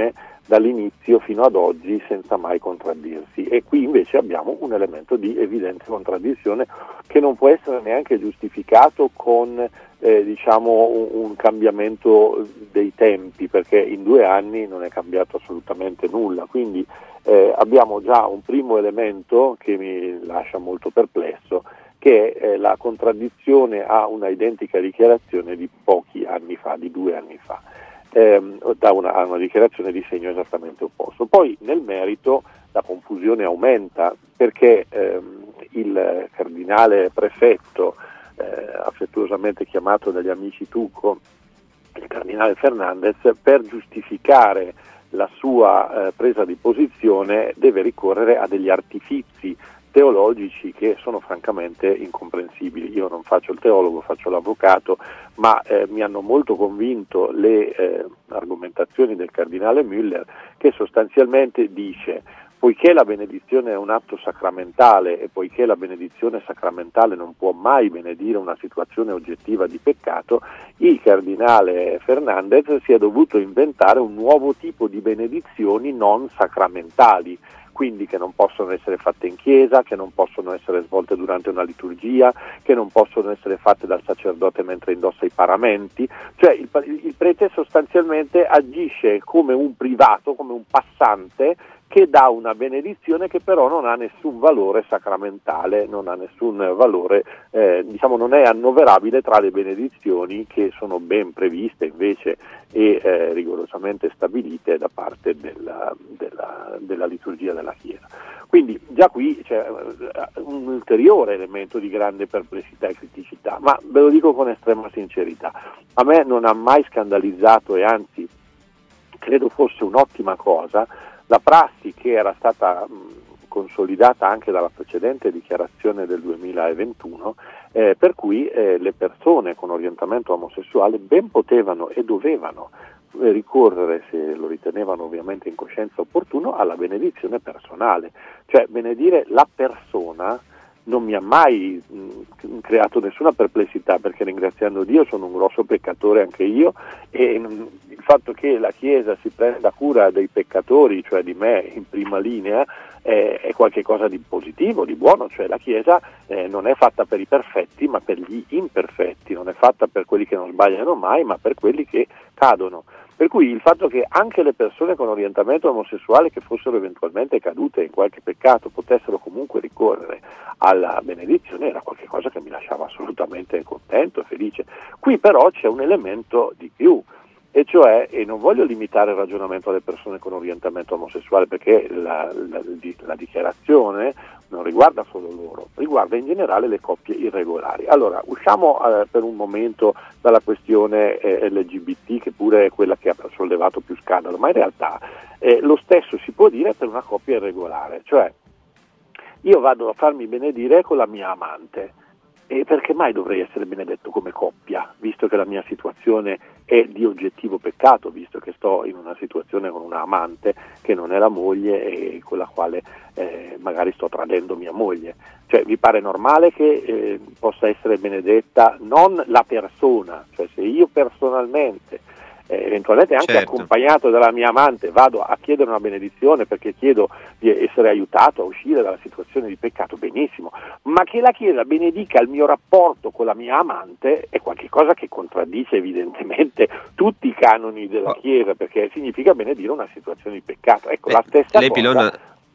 dall'inizio fino ad oggi senza mai contraddirsi, e qui invece abbiamo un elemento di evidente contraddizione che non può essere neanche giustificato con eh, diciamo un, un cambiamento dei tempi, perché in due anni non è cambiato assolutamente nulla, quindi eh, abbiamo già un primo elemento che mi lascia molto perplesso, che è eh, la contraddizione a una identica dichiarazione di pochi anni fa, di due anni fa. Ehm, da una, una dichiarazione di segno esattamente opposto. Poi nel merito la confusione aumenta, perché ehm, il cardinale prefetto, eh, affettuosamente chiamato dagli amici Tucco il cardinale Fernandez, per giustificare la sua eh, presa di posizione deve ricorrere a degli artifizi teologici che sono francamente incomprensibili. Io non faccio il teologo, faccio l'avvocato, ma eh, mi hanno molto convinto le eh, argomentazioni del cardinale Müller, che sostanzialmente dice: poiché la benedizione è un atto sacramentale e poiché la benedizione sacramentale non può mai benedire una situazione oggettiva di peccato, il cardinale Fernandez si è dovuto inventare un nuovo tipo di benedizioni non sacramentali, quindi che non possono essere fatte in chiesa, che non possono essere svolte durante una liturgia, che non possono essere fatte dal sacerdote mentre indossa i paramenti. Cioè il, il prete sostanzialmente agisce come un privato, come un passante, che dà una benedizione che però non ha nessun valore sacramentale, non ha nessun valore, eh, diciamo non è annoverabile tra le benedizioni che sono ben previste invece e eh, rigorosamente stabilite da parte della, della, della liturgia della Chiesa. Quindi già qui c'è un ulteriore elemento di grande perplessità e criticità, ma ve lo dico con estrema sincerità, a me non ha mai scandalizzato, e anzi credo fosse un'ottima cosa, la prassi che era stata mh, consolidata anche dalla precedente dichiarazione del duemilaventuno, eh, per cui eh, le persone con orientamento omosessuale ben potevano e dovevano eh, ricorrere, se lo ritenevano ovviamente in coscienza opportuno, alla benedizione personale. Cioè benedire la persona non mi ha mai mh, creato nessuna perplessità, perché ringraziando Dio sono un grosso peccatore anche io, e mh, il fatto che la Chiesa si prenda cura dei peccatori, cioè di me in prima linea, eh, è qualcosa di positivo, di buono. Cioè la Chiesa eh, non è fatta per i perfetti ma per gli imperfetti, non è fatta per quelli che non sbagliano mai ma per quelli che cadono. Per cui il fatto che anche le persone con orientamento omosessuale che fossero eventualmente cadute in qualche peccato potessero comunque ricorrere alla benedizione era qualcosa che mi lasciava assolutamente contento e felice. Qui però c'è un elemento di più, e cioè, e non voglio limitare il ragionamento alle persone con orientamento omosessuale, perché la, la, la dichiarazione non riguarda solo loro, riguarda in generale le coppie irregolari. Allora, usciamo eh, per un momento dalla questione eh, L G B T, che pure è quella che ha sollevato più scandalo, ma in realtà eh, lo stesso si può dire per una coppia irregolare, cioè io vado a farmi benedire con la mia amante, e perché mai dovrei essere benedetto come coppia, visto che la mia situazione è di oggettivo peccato, visto che sto in una situazione con una amante che non è la moglie e con la quale eh, magari sto tradendo mia moglie. Cioè vi pare normale che eh, possa essere benedetta non la persona, cioè se io personalmente Eh, eventualmente anche certo. accompagnato dalla mia amante vado a chiedere una benedizione perché chiedo di essere aiutato a uscire dalla situazione di peccato, benissimo, ma che la Chiesa benedica il mio rapporto con la mia amante è qualcosa che contraddice evidentemente tutti i canoni della Chiesa, perché significa benedire una situazione di peccato. Ecco, eh, la stessa lei cosa. Pilon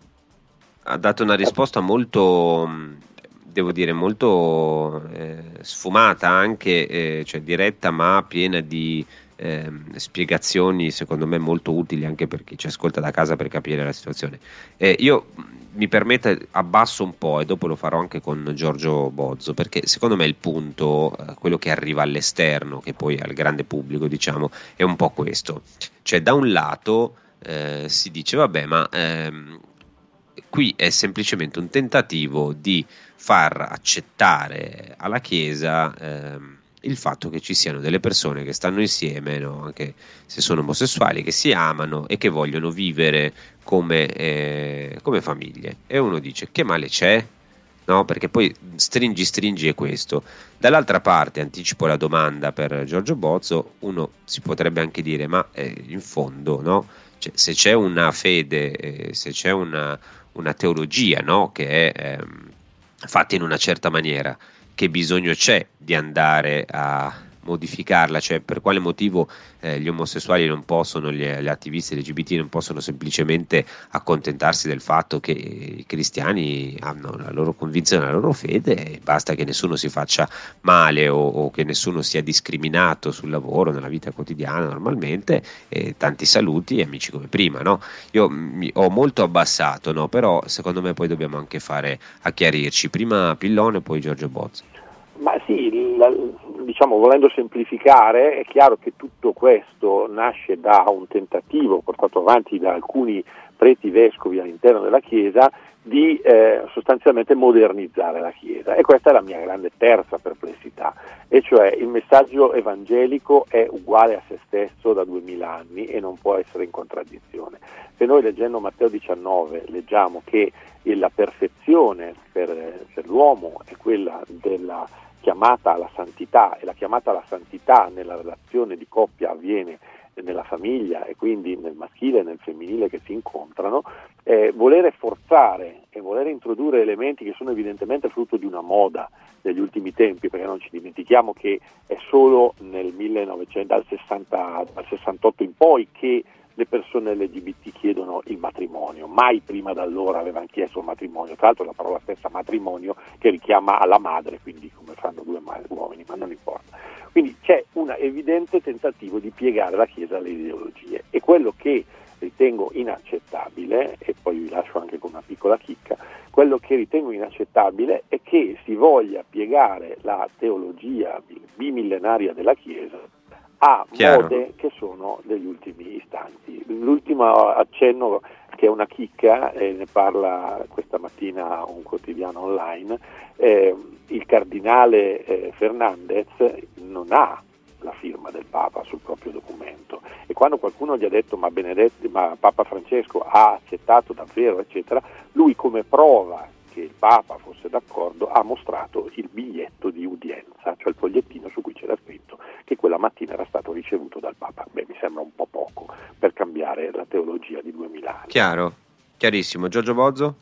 ha dato una risposta molto, devo dire, molto eh, sfumata anche, eh, cioè diretta ma piena di Eh, spiegazioni secondo me molto utili anche per chi ci ascolta da casa per capire la situazione. Eh, io mi permette, abbasso un po' e dopo lo farò anche con Giorgio Bozzo, perché secondo me il punto, eh, quello che arriva all'esterno, che poi al grande pubblico diciamo, è un po' questo. Cioè da un lato eh, si dice vabbè ma ehm, qui è semplicemente un tentativo di far accettare alla Chiesa ehm, il fatto che ci siano delle persone che stanno insieme, no? Anche se sono omosessuali, che si amano e che vogliono vivere come, eh, come famiglie. E uno dice, che male c'è? No, perché poi stringi stringi è questo. Dall'altra parte, anticipo la domanda per Giorgio Bozzo, uno si potrebbe anche dire, ma eh, in fondo, no? cioè, se c'è una fede, eh, se c'è una, una teologia, no? Che è ehm, fatta in una certa maniera, che bisogno c'è di andare a modificarla? Cioè, per quale motivo eh, gli omosessuali non possono, gli, gli attivisti L G B T non possono semplicemente accontentarsi del fatto che i cristiani hanno la loro convinzione, la loro fede, e basta che nessuno si faccia male o, o che nessuno sia discriminato sul lavoro, nella vita quotidiana normalmente, e tanti saluti e amici come prima, no? Io mi ho molto abbassato, no? Però secondo me poi dobbiamo anche fare a chiarirci, prima Pillone poi Giorgio Bozzo. Ma sì, la, diciamo, volendo semplificare, è chiaro che tutto questo nasce da un tentativo portato avanti da alcuni preti vescovi all'interno della Chiesa di eh, sostanzialmente modernizzare la Chiesa, e questa è la mia grande terza perplessità, e cioè il messaggio evangelico è uguale a se stesso da duemila anni e non può essere in contraddizione. Se noi leggendo Matteo diciannove leggiamo che la perfezione per, per l'uomo è quella della chiamata alla santità, e la chiamata alla santità nella relazione di coppia avviene nella famiglia e quindi nel maschile e nel femminile che si incontrano, eh, volere forzare e volere introdurre elementi che sono evidentemente frutto di una moda degli ultimi tempi, perché non ci dimentichiamo che è solo nel millenovecento, dal, sessanta, dal sessantotto in poi che le persone L G B T chiedono il matrimonio, mai prima da allora avevano chiesto il matrimonio, tra l'altro la parola stessa matrimonio che richiama alla madre, quindi come fanno due uomini, ma non importa. Quindi c'è un evidente tentativo di piegare la Chiesa alle ideologie, e quello che ritengo inaccettabile, e poi vi lascio anche con una piccola chicca, quello che ritengo inaccettabile è che si voglia piegare la teologia bimillenaria della Chiesa a Chiaro. mode che sono degli ultimi istanti. L'ultimo accenno, che è una chicca, e ne parla questa mattina un quotidiano online, eh, il cardinale eh, Fernandez non ha la firma del Papa sul proprio documento, e quando qualcuno gli ha detto ma Benedetto, ma Papa Francesco ha accettato davvero eccetera, lui come prova che il Papa fosse d'accordo ha mostrato il biglietto di udienza, cioè il fogliettino su cui c'era scritto che quella mattina era stato ricevuto dal Papa. Beh, mi sembra un po' poco per cambiare la teologia di duemila anni. Chiaro, chiarissimo. Giorgio Bozzo?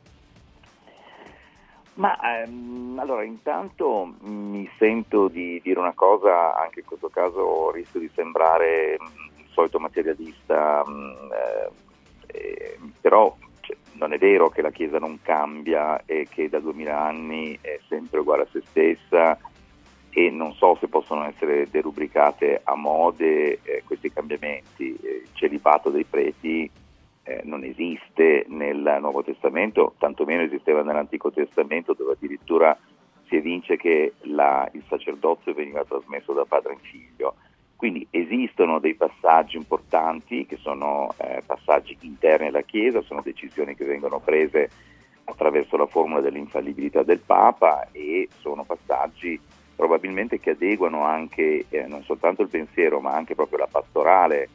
Ma ehm, allora intanto mi sento di dire una cosa, anche in questo caso rischio di sembrare mh, il solito materialista, mh, eh, però cioè, non è vero che la Chiesa non cambia e che da duemila anni è sempre uguale a se stessa, e non so se possono essere derubricate a mode eh, questi cambiamenti. Il celibato dei preti Eh, non esiste nel Nuovo Testamento, tantomeno esisteva nell'Antico Testamento, dove addirittura si evince che la, il sacerdozio veniva trasmesso da padre in figlio. Quindi esistono dei passaggi importanti che sono eh, passaggi interni alla Chiesa, sono decisioni che vengono prese attraverso la formula dell'infallibilità del Papa, e sono passaggi probabilmente che adeguano anche eh, non soltanto il pensiero ma anche proprio la pastorale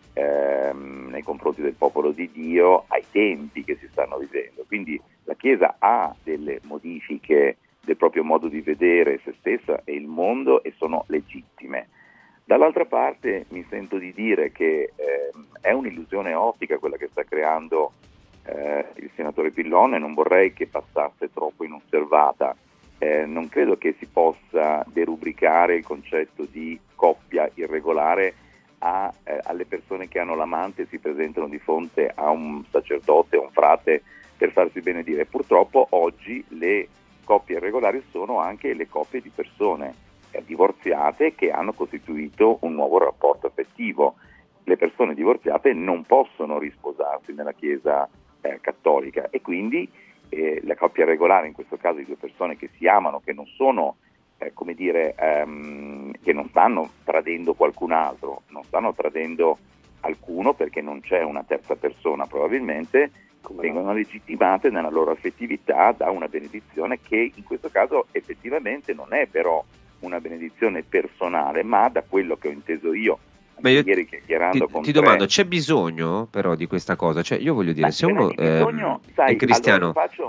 Ehm, nei confronti del popolo di Dio ai tempi che si stanno vivendo. Quindi la Chiesa ha delle modifiche del proprio modo di vedere se stessa e il mondo, e sono legittime. Dall'altra parte mi sento di dire che ehm, è un'illusione ottica quella che sta creando eh, il senatore Pillone, non vorrei che passasse troppo inosservata. Eh, non credo che si possa derubricare il concetto di coppia irregolare A, eh, alle persone che hanno l'amante e si presentano di fronte a un sacerdote, a un frate per farsi benedire. Purtroppo oggi le coppie irregolari sono anche le coppie di persone eh, divorziate che hanno costituito un nuovo rapporto affettivo. Le persone divorziate non possono risposarsi nella Chiesa eh, cattolica, e quindi eh, la coppia irregolare, in questo caso di due persone che si amano, che non sono Eh, come dire, ehm, che non stanno tradendo qualcun altro, non stanno tradendo alcuno, perché non c'è una terza persona probabilmente, come vengono no? legittimate nella loro affettività da una benedizione che in questo caso effettivamente non è però una benedizione personale, ma da quello che ho inteso io, Ma io ieri chiacchierando ti, con ti tre... domando, c'è bisogno però di questa cosa? Cioè io voglio dire, Ma se uno bisogno, ehm, sai, è cristiano... allora, faccio...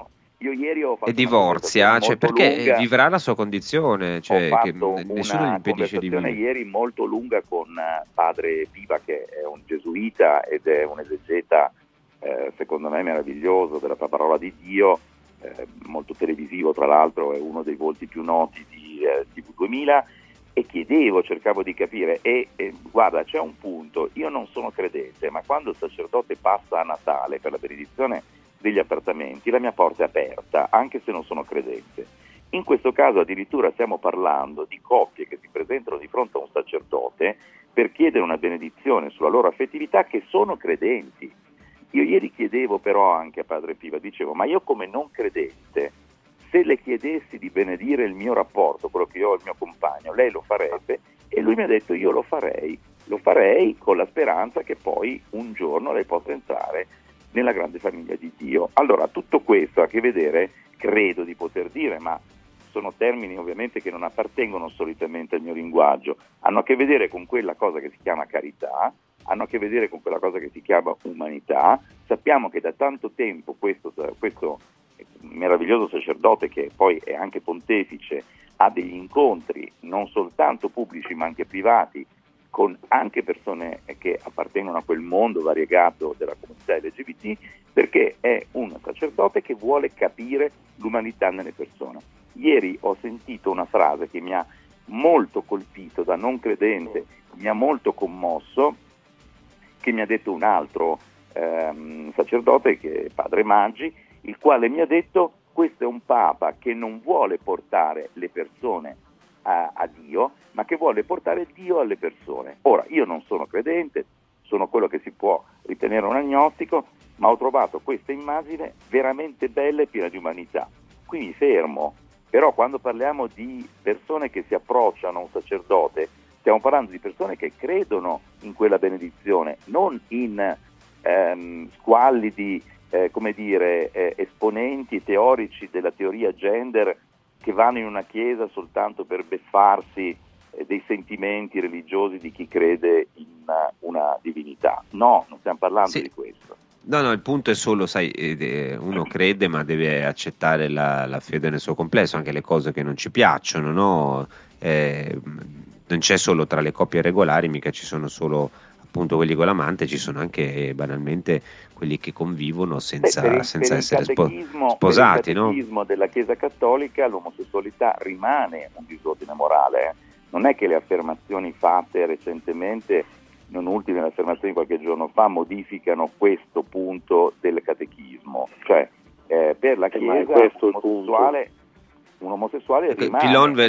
Io ieri ho fatto e divorzia, cioè perché lunga. vivrà la sua condizione, cioè ho che fatto nessuno gli una impedisce di conversazione vivere. ieri molto lunga con padre Piva, che è un gesuita ed è un esegeta eh, secondo me meraviglioso della parola di Dio, eh, molto televisivo tra l'altro, è uno dei volti più noti di eh, T V duemila, e chiedevo, cercavo di capire e, e guarda, c'è un punto, io non sono credente, ma quando il sacerdote passa a Natale per la benedizione degli appartamenti, la mia porta è aperta, anche se non sono credente. In questo caso addirittura stiamo parlando di coppie che si presentano di fronte a un sacerdote per chiedere una benedizione sulla loro affettività, che sono credenti. Io ieri chiedevo però anche a padre Piva, dicevo, ma io come non credente, se le chiedessi di benedire il mio rapporto, quello che io ho il mio compagno, lei lo farebbe? E lui mi ha detto, io lo farei, lo farei con la speranza che poi un giorno lei possa entrare nella grande famiglia di Dio. Allora, tutto questo ha a che vedere, credo di poter dire, ma sono termini ovviamente che non appartengono solitamente al mio linguaggio, hanno a che vedere con quella cosa che si chiama carità, hanno a che vedere con quella cosa che si chiama umanità. Sappiamo che da tanto tempo questo, questo meraviglioso sacerdote, che poi è anche pontefice, ha degli incontri non soltanto pubblici ma anche privati con anche persone che appartengono a quel mondo variegato della comunità L G B T, perché è un sacerdote che vuole capire l'umanità nelle persone. Ieri ho sentito una frase che mi ha molto colpito da non credente, mi ha molto commosso, che mi ha detto un altro ehm, sacerdote, che è padre Maggi, il quale mi ha detto: questo è un Papa che non vuole portare le persone a, a Dio, ma che vuole portare Dio alle persone. Ora, io non sono credente, sono quello che si può ritenere un agnostico, ma ho trovato questa immagine veramente bella e piena di umanità. Qui mi fermo, però quando parliamo di persone che si approcciano a un sacerdote, stiamo parlando di persone che credono in quella benedizione, non in ehm, squallidi, eh, come dire, eh, esponenti teorici della teoria gender che vanno in una chiesa soltanto per beffarsi eh, dei sentimenti religiosi di chi crede in una, una divinità. No, non stiamo parlando sì. di questo. No, no, il punto è solo, sai, uno crede ma deve accettare la, la fede nel suo complesso, anche le cose che non ci piacciono, no? Eh, non c'è solo tra le coppie regolari, mica ci sono solo appunto quelli con l'amante, ci sono anche banalmente quelli che convivono senza, Beh, per il, senza per essere spo- sposati, sposati, no? Per il catechismo della Chiesa Cattolica l'omosessualità rimane un disordine morale, eh? Non è che le affermazioni fatte recentemente, non ultime le affermazioni di qualche giorno fa, modificano questo punto del catechismo, cioè eh, per la Chiesa un omosessuale, un omosessuale rimane Pilon, ve-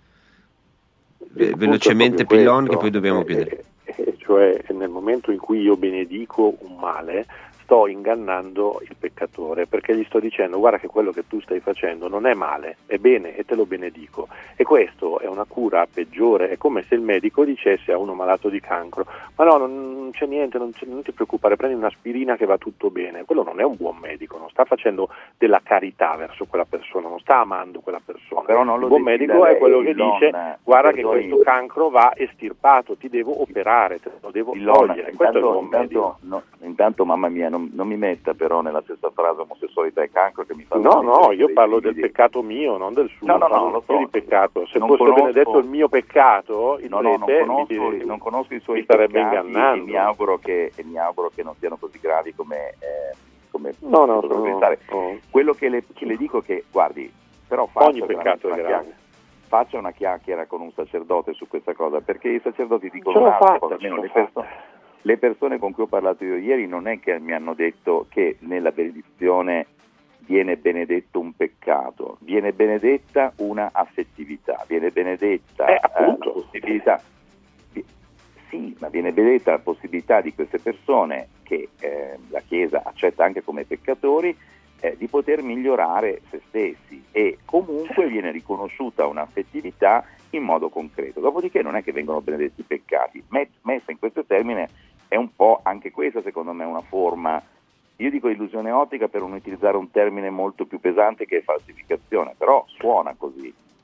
ve- velocemente Pilon, che poi dobbiamo eh, chiudere. Eh, cioè nel momento in cui io benedico un male sto ingannando il peccatore, perché gli sto dicendo: guarda che quello che tu stai facendo non è male, è bene e te lo benedico. E questo è una cura peggiore, è come se il medico dicesse a uno malato di cancro: ma no, non, non c'è niente, non, c'è, non ti preoccupare, prendi un'aspirina che va tutto bene. Quello non è un buon medico, non sta facendo della carità verso quella persona, non sta amando quella persona. No, però non lo il buon medico è quello che dice: non, guarda che perdoni. questo cancro va estirpato, ti devo operare, te lo devo Illona, togliere. Questo intanto, è il buon intanto, no, intanto mamma mia, non, non mi metta però nella stessa frase omosessualità e cancro, che mi fa no no io parlo del peccato mio, non del suo. no no no lo so, di peccato. Se non fosse conosco, benedetto il mio peccato, il no no non conosco, mi, non conosco i suoi mi starebbe peccati, ingannando. e mi auguro che e mi auguro che non siano così gravi come eh, come no no, no, no, no. Quello che le, che le dico che guardi, però faccia ogni peccato è grave. Faccia una chiacchiera con un sacerdote su questa cosa, perché i sacerdoti dicono ce l'ho un'altra fatta, cosa, ce almeno l'ho le fatta. persone Le persone con cui ho parlato io ieri non è che mi hanno detto che nella benedizione viene benedetto un peccato, viene benedetta una affettività, viene benedetta eh, eh, la appunto. possibilità, sì, ma viene benedetta la possibilità di queste persone che eh, la Chiesa accetta anche come peccatori eh, di poter migliorare se stessi, e comunque viene riconosciuta un'affettività in modo concreto. Dopodiché non è che vengono benedetti i peccati, messa in questo termine è un po' anche questa, secondo me, una forma, io dico illusione ottica per non utilizzare un termine molto più pesante che è falsificazione, però suona così.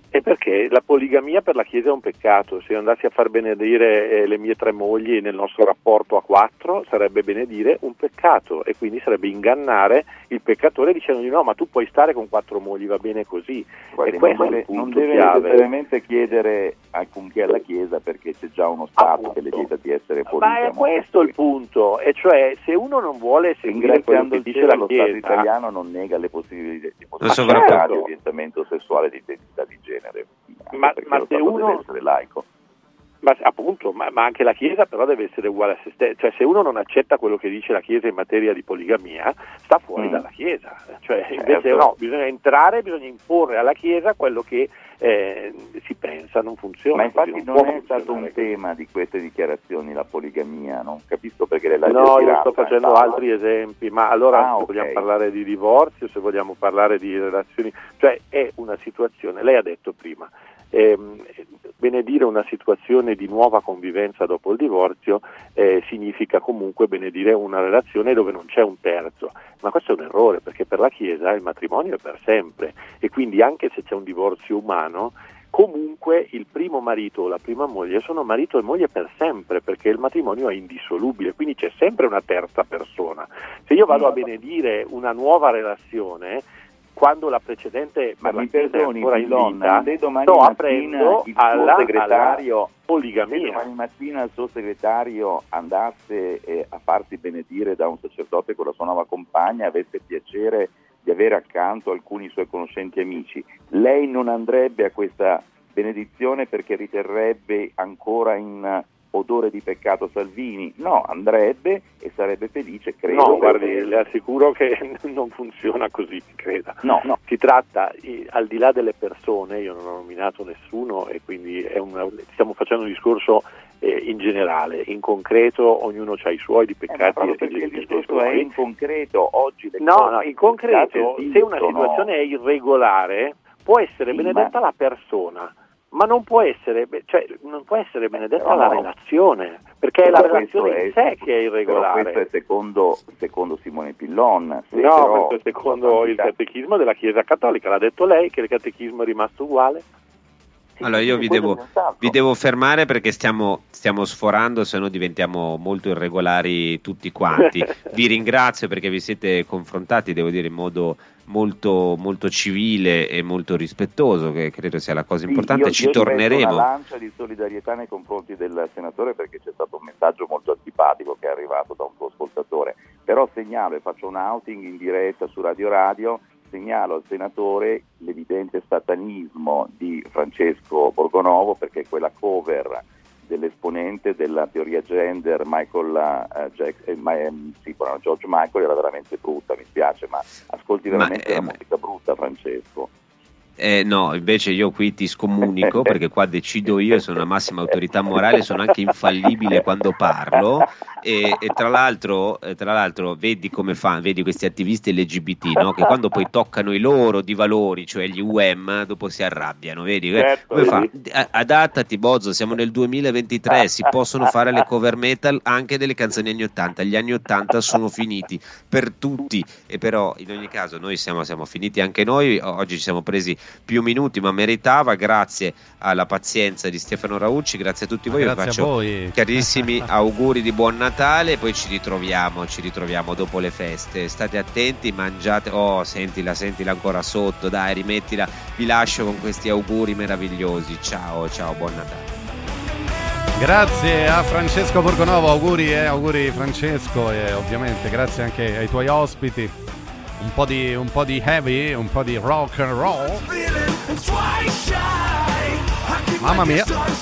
E perché la poligamia per la Chiesa è un peccato. Se io andassi a far benedire eh, le mie tre mogli nel nostro rapporto a quattro, sarebbe benedire un peccato, e quindi sarebbe ingannare il peccatore dicendogli no, ma tu puoi stare con quattro mogli, va bene così. Guardi, e questo non, è il non punto deve chiave. necessariamente chiedere alcunché alla Chiesa, perché c'è già uno Stato che le dica di essere poligamo. Ma è questo il punto, e cioè se uno non vuole seguire quello che dice la lo Chiesa, Stato italiano non nega le possibilità di possibilità di orientamento sessuale e di identità di genere, ma, ma se uno deve essere laico. Ma appunto, ma, ma anche la Chiesa però deve essere uguale a se stessa, cioè se uno non accetta quello che dice la Chiesa in materia di poligamia, sta fuori mm. dalla Chiesa, cioè invece certo. no, bisogna entrare, bisogna imporre alla Chiesa quello che eh, si pensa, non funziona. Ma infatti non, non può è stato un così. tema di queste dichiarazioni la poligamia, non capisco perché lei l'ha No, io tirata, sto facendo no? altri esempi, ma allora ah, se okay. vogliamo parlare di divorzio, se vogliamo parlare di relazioni, cioè è una situazione, lei ha detto prima, ehm, benedire una situazione di nuova convivenza dopo il divorzio eh, significa comunque benedire una relazione dove non c'è un terzo, ma questo è un errore, perché per la Chiesa il matrimonio è per sempre, e quindi anche se c'è un divorzio umano, comunque il primo marito o la prima moglie sono marito e moglie per sempre, perché il matrimonio è indissolubile, quindi c'è sempre una terza persona. Se io vado a benedire una nuova relazione, quando la precedente ma per mi la Chiesa è perdoni, ancora in Pillon, se vita, domani sto mattina aprendo il alla, suo segretario alla poligamia. Se domani mattina il suo segretario andasse eh, a farsi benedire da un sacerdote con la sua nuova compagna, avesse piacere di avere accanto alcuni suoi conoscenti amici, lei non andrebbe a questa benedizione perché riterrebbe ancora in odore di peccato Salvini? No, andrebbe e sarebbe felice, credo. No, guardi, perché... le assicuro che non funziona così, creda. No, no. Si tratta, al di là delle persone, io non ho nominato nessuno e quindi è una, stiamo facendo un discorso eh, in generale, in concreto ognuno ha i suoi di peccati eh, e perché il i discorso è in concreto, oggi le No, cose no, in concreto, se una situazione è irregolare, può essere sì, benedetta ma... la persona, ma non può essere, cioè, non può essere benedetta però la no. relazione, perché è però la relazione è, in sé che è irregolare. Però questo è secondo, secondo Simone Pillon. Se no, però, questo è secondo il catechismo della Chiesa Cattolica, l'ha detto lei che il catechismo è rimasto uguale. Sì, allora io vi devo, vi devo fermare perché stiamo, stiamo sforando, se no diventiamo molto irregolari tutti quanti. Vi ringrazio perché vi siete confrontati, devo dire, in modo molto, molto civile e molto rispettoso, che credo sia la cosa importante. Io, Ci io torneremo. Una lancia di solidarietà nei confronti del senatore, perché c'è stato un messaggio molto antipatico che è arrivato da un suo ascoltatore, però segnalo e faccio un outing in diretta su Radio Radio. Segnalo al senatore l'evidente satanismo di Francesco Borgonovo, perché quella cover dell'esponente della teoria gender Michael uh, Jack, eh, ma, eh, sì, bueno, George Michael era veramente brutta, mi spiace, ma ascolti veramente ma, la eh, musica brutta, Francesco. Eh, no, invece io qui ti scomunico perché qua decido io e sono la massima autorità morale, sono anche infallibile quando parlo e, e tra l'altro, eh, tra l'altro vedi come fanno, vedi questi attivisti L G B T, no? Che quando poi toccano i loro di valori, cioè gli U M, dopo si arrabbiano, vedi? Certo, come fa? Adattati Bozzo, siamo nel duemilaventitré, si possono fare le cover metal anche delle canzoni anni ottanta, gli anni ottanta sono finiti per tutti, e però in ogni caso noi siamo, siamo finiti anche noi, oggi ci siamo presi più minuti ma meritava, grazie alla pazienza di Stefano Raucci, grazie a tutti voi, vi faccio voi. carissimi auguri di buon Natale, poi ci ritroviamo ci ritroviamo dopo le feste, state attenti, mangiate, oh sentila sentila ancora sotto, dai rimettila, vi lascio con questi auguri meravigliosi, ciao ciao, buon Natale. Grazie a Francesco Borgonovo, auguri eh, auguri Francesco, e ovviamente grazie anche ai tuoi ospiti. Un po' di un po' di heavy, un po' di rock and roll. Mamma mia.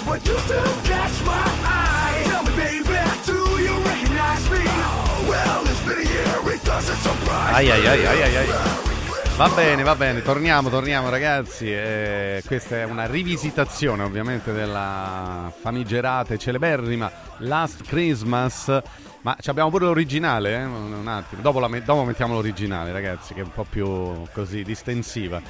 Ai ai ai ai ai ai. Va bene, va bene, torniamo, torniamo ragazzi. Eh, questa è una rivisitazione ovviamente della famigerata e celeberrima Last Christmas. Ma abbiamo pure l'originale, eh? Un attimo, dopo, la, dopo mettiamo l'originale ragazzi, che è un po' più così distensiva.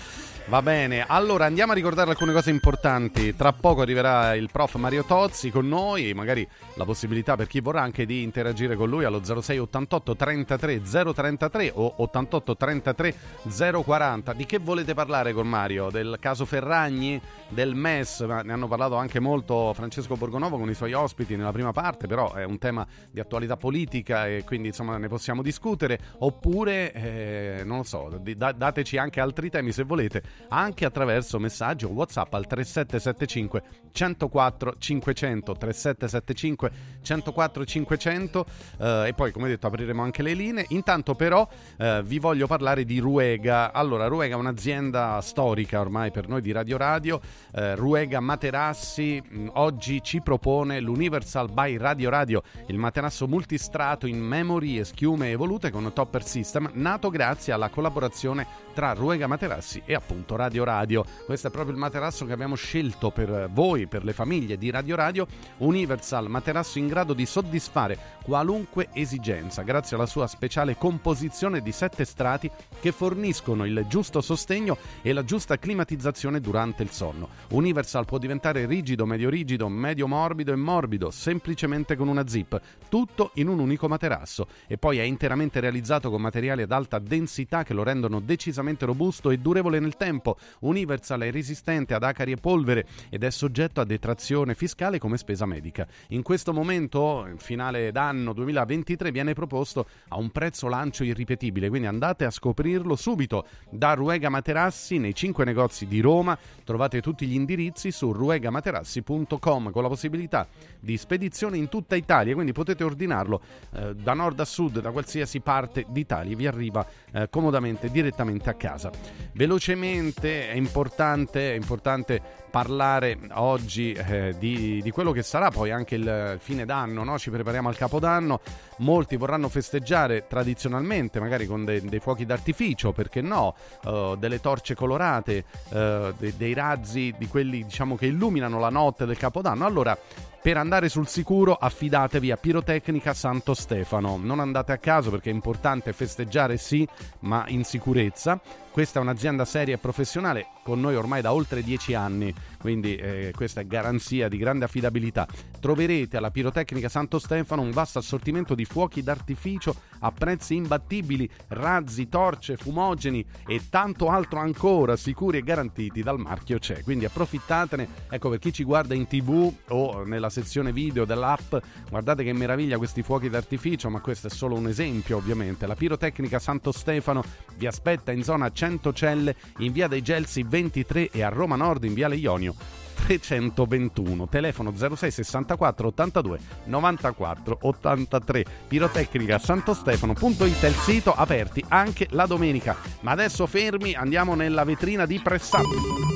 Va bene, allora andiamo a ricordare alcune cose importanti. Tra poco arriverà il prof Mario Tozzi con noi, magari la possibilità per chi vorrà anche di interagire con lui allo zero sei ottantotto trentatré zero trentatré o ottantotto trentatré zero quaranta. Di che volete parlare con Mario? Del caso Ferragni, del M E S? Ne hanno parlato anche molto Francesco Borgonovo con i suoi ospiti nella prima parte, però è un tema di attualità politica e quindi insomma ne possiamo discutere. Oppure, eh, non lo so, da- dateci anche altri temi se volete, anche attraverso messaggio WhatsApp al tre sette sette cinque uno zero quattro cinquecento tre sette sette cinque uno zero quattro cinquecento eh, e poi come detto apriremo anche le linee. Intanto però eh, vi voglio parlare di Ruega. Allora, Ruega è un'azienda storica ormai per noi di Radio Radio. eh, Ruega Materassi mh, oggi ci propone l'Universal by Radio Radio, il materasso multistrato in memory e schiume evolute con Topper System, nato grazie alla collaborazione tra Ruega Materassi e appunto Radio Radio. Questo è proprio il materasso che abbiamo scelto per voi, per le famiglie di Radio Radio. Universal, materasso in grado di soddisfare qualunque esigenza grazie alla sua speciale composizione di sette strati che forniscono il giusto sostegno e la giusta climatizzazione durante il sonno. Universal può diventare rigido, medio rigido, medio morbido e morbido semplicemente con una zip, tutto in un unico materasso, e poi è interamente realizzato con materiali ad alta densità che lo rendono decisamente robusto e durevole nel tempo. Universal è resistente ad acari e polvere ed è soggetto a detrazione fiscale come spesa medica. In questo momento, finale d'anno duemilaventitré, viene proposto a un prezzo lancio irripetibile, quindi andate a scoprirlo subito da Ruega Materassi nei cinque negozi di Roma. Trovate tutti gli indirizzi su ruegamaterassi punto com con la possibilità di spedizione in tutta Italia, quindi potete ordinarlo eh, da nord a sud, da qualsiasi parte d'Italia, vi arriva eh, comodamente direttamente a casa. Velocemente è importante, è importante parlare oggi eh, di, di quello che sarà poi anche il fine d'anno, no? Ci prepariamo al Capodanno, molti vorranno festeggiare tradizionalmente magari con de, dei fuochi d'artificio, perché no, uh, delle torce colorate, uh, de, dei razzi di quelli diciamo che illuminano la notte del Capodanno. Allora, per andare sul sicuro affidatevi a Pirotecnica Santo Stefano, non andate a caso perché è importante festeggiare sì, ma in sicurezza. Questa è un'azienda seria e professionale con noi ormai da oltre dieci anni, quindi eh, questa è garanzia di grande affidabilità. Troverete alla Pirotecnica Santo Stefano un vasto assortimento di fuochi d'artificio a prezzi imbattibili, razzi, torce, fumogeni e tanto altro ancora, sicuri e garantiti dal marchio C E. Quindi approfittatene. Ecco, per chi ci guarda in tv o nella sezione video dell'app, guardate che meraviglia questi fuochi d'artificio, ma questo è solo un esempio ovviamente. La Pirotecnica Santo Stefano vi aspetta in zona Centocelle, in via dei Gelsi ventitré e a Roma Nord in viale Ionio trecentoventuno, telefono zero sei sessantaquattro ottantadue novantaquattro ottantatré. Pirotecnica Santostefano punto it è il sito, aperti anche la domenica. Ma adesso fermi, andiamo nella vetrina di Press Up.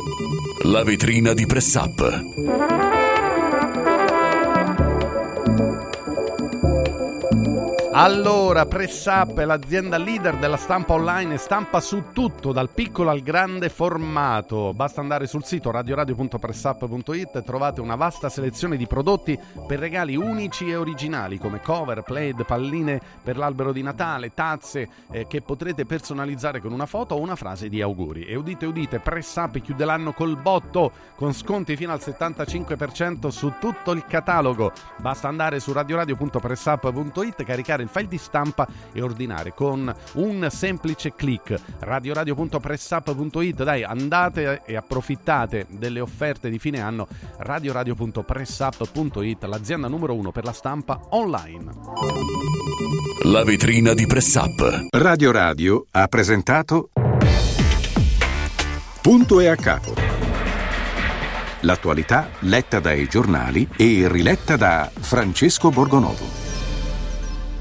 La vetrina di Press Up. Allora, Press Up è l'azienda leader della stampa online e stampa su tutto, dal piccolo al grande formato. Basta andare sul sito radioradio punto pressup punto it e trovate una vasta selezione di prodotti per regali unici e originali come cover, plaid, palline per l'albero di Natale, tazze eh, che potrete personalizzare con una foto o una frase di auguri. E udite udite, Press Up chiude l'anno col botto con sconti fino al settantacinque per cento su tutto il catalogo. Basta andare su radioradio punto pressup punto it, caricare il file di stampa e ordinare con un semplice click. radioradio punto pressup punto it, dai, andate e approfittate delle offerte di fine anno. radioradio punto pressup punto it, l'azienda numero uno per la stampa online. La vetrina di Press Up. Radio Radio ha presentato Punto e a capo. L'attualità letta dai giornali e riletta da Francesco Borgonovo.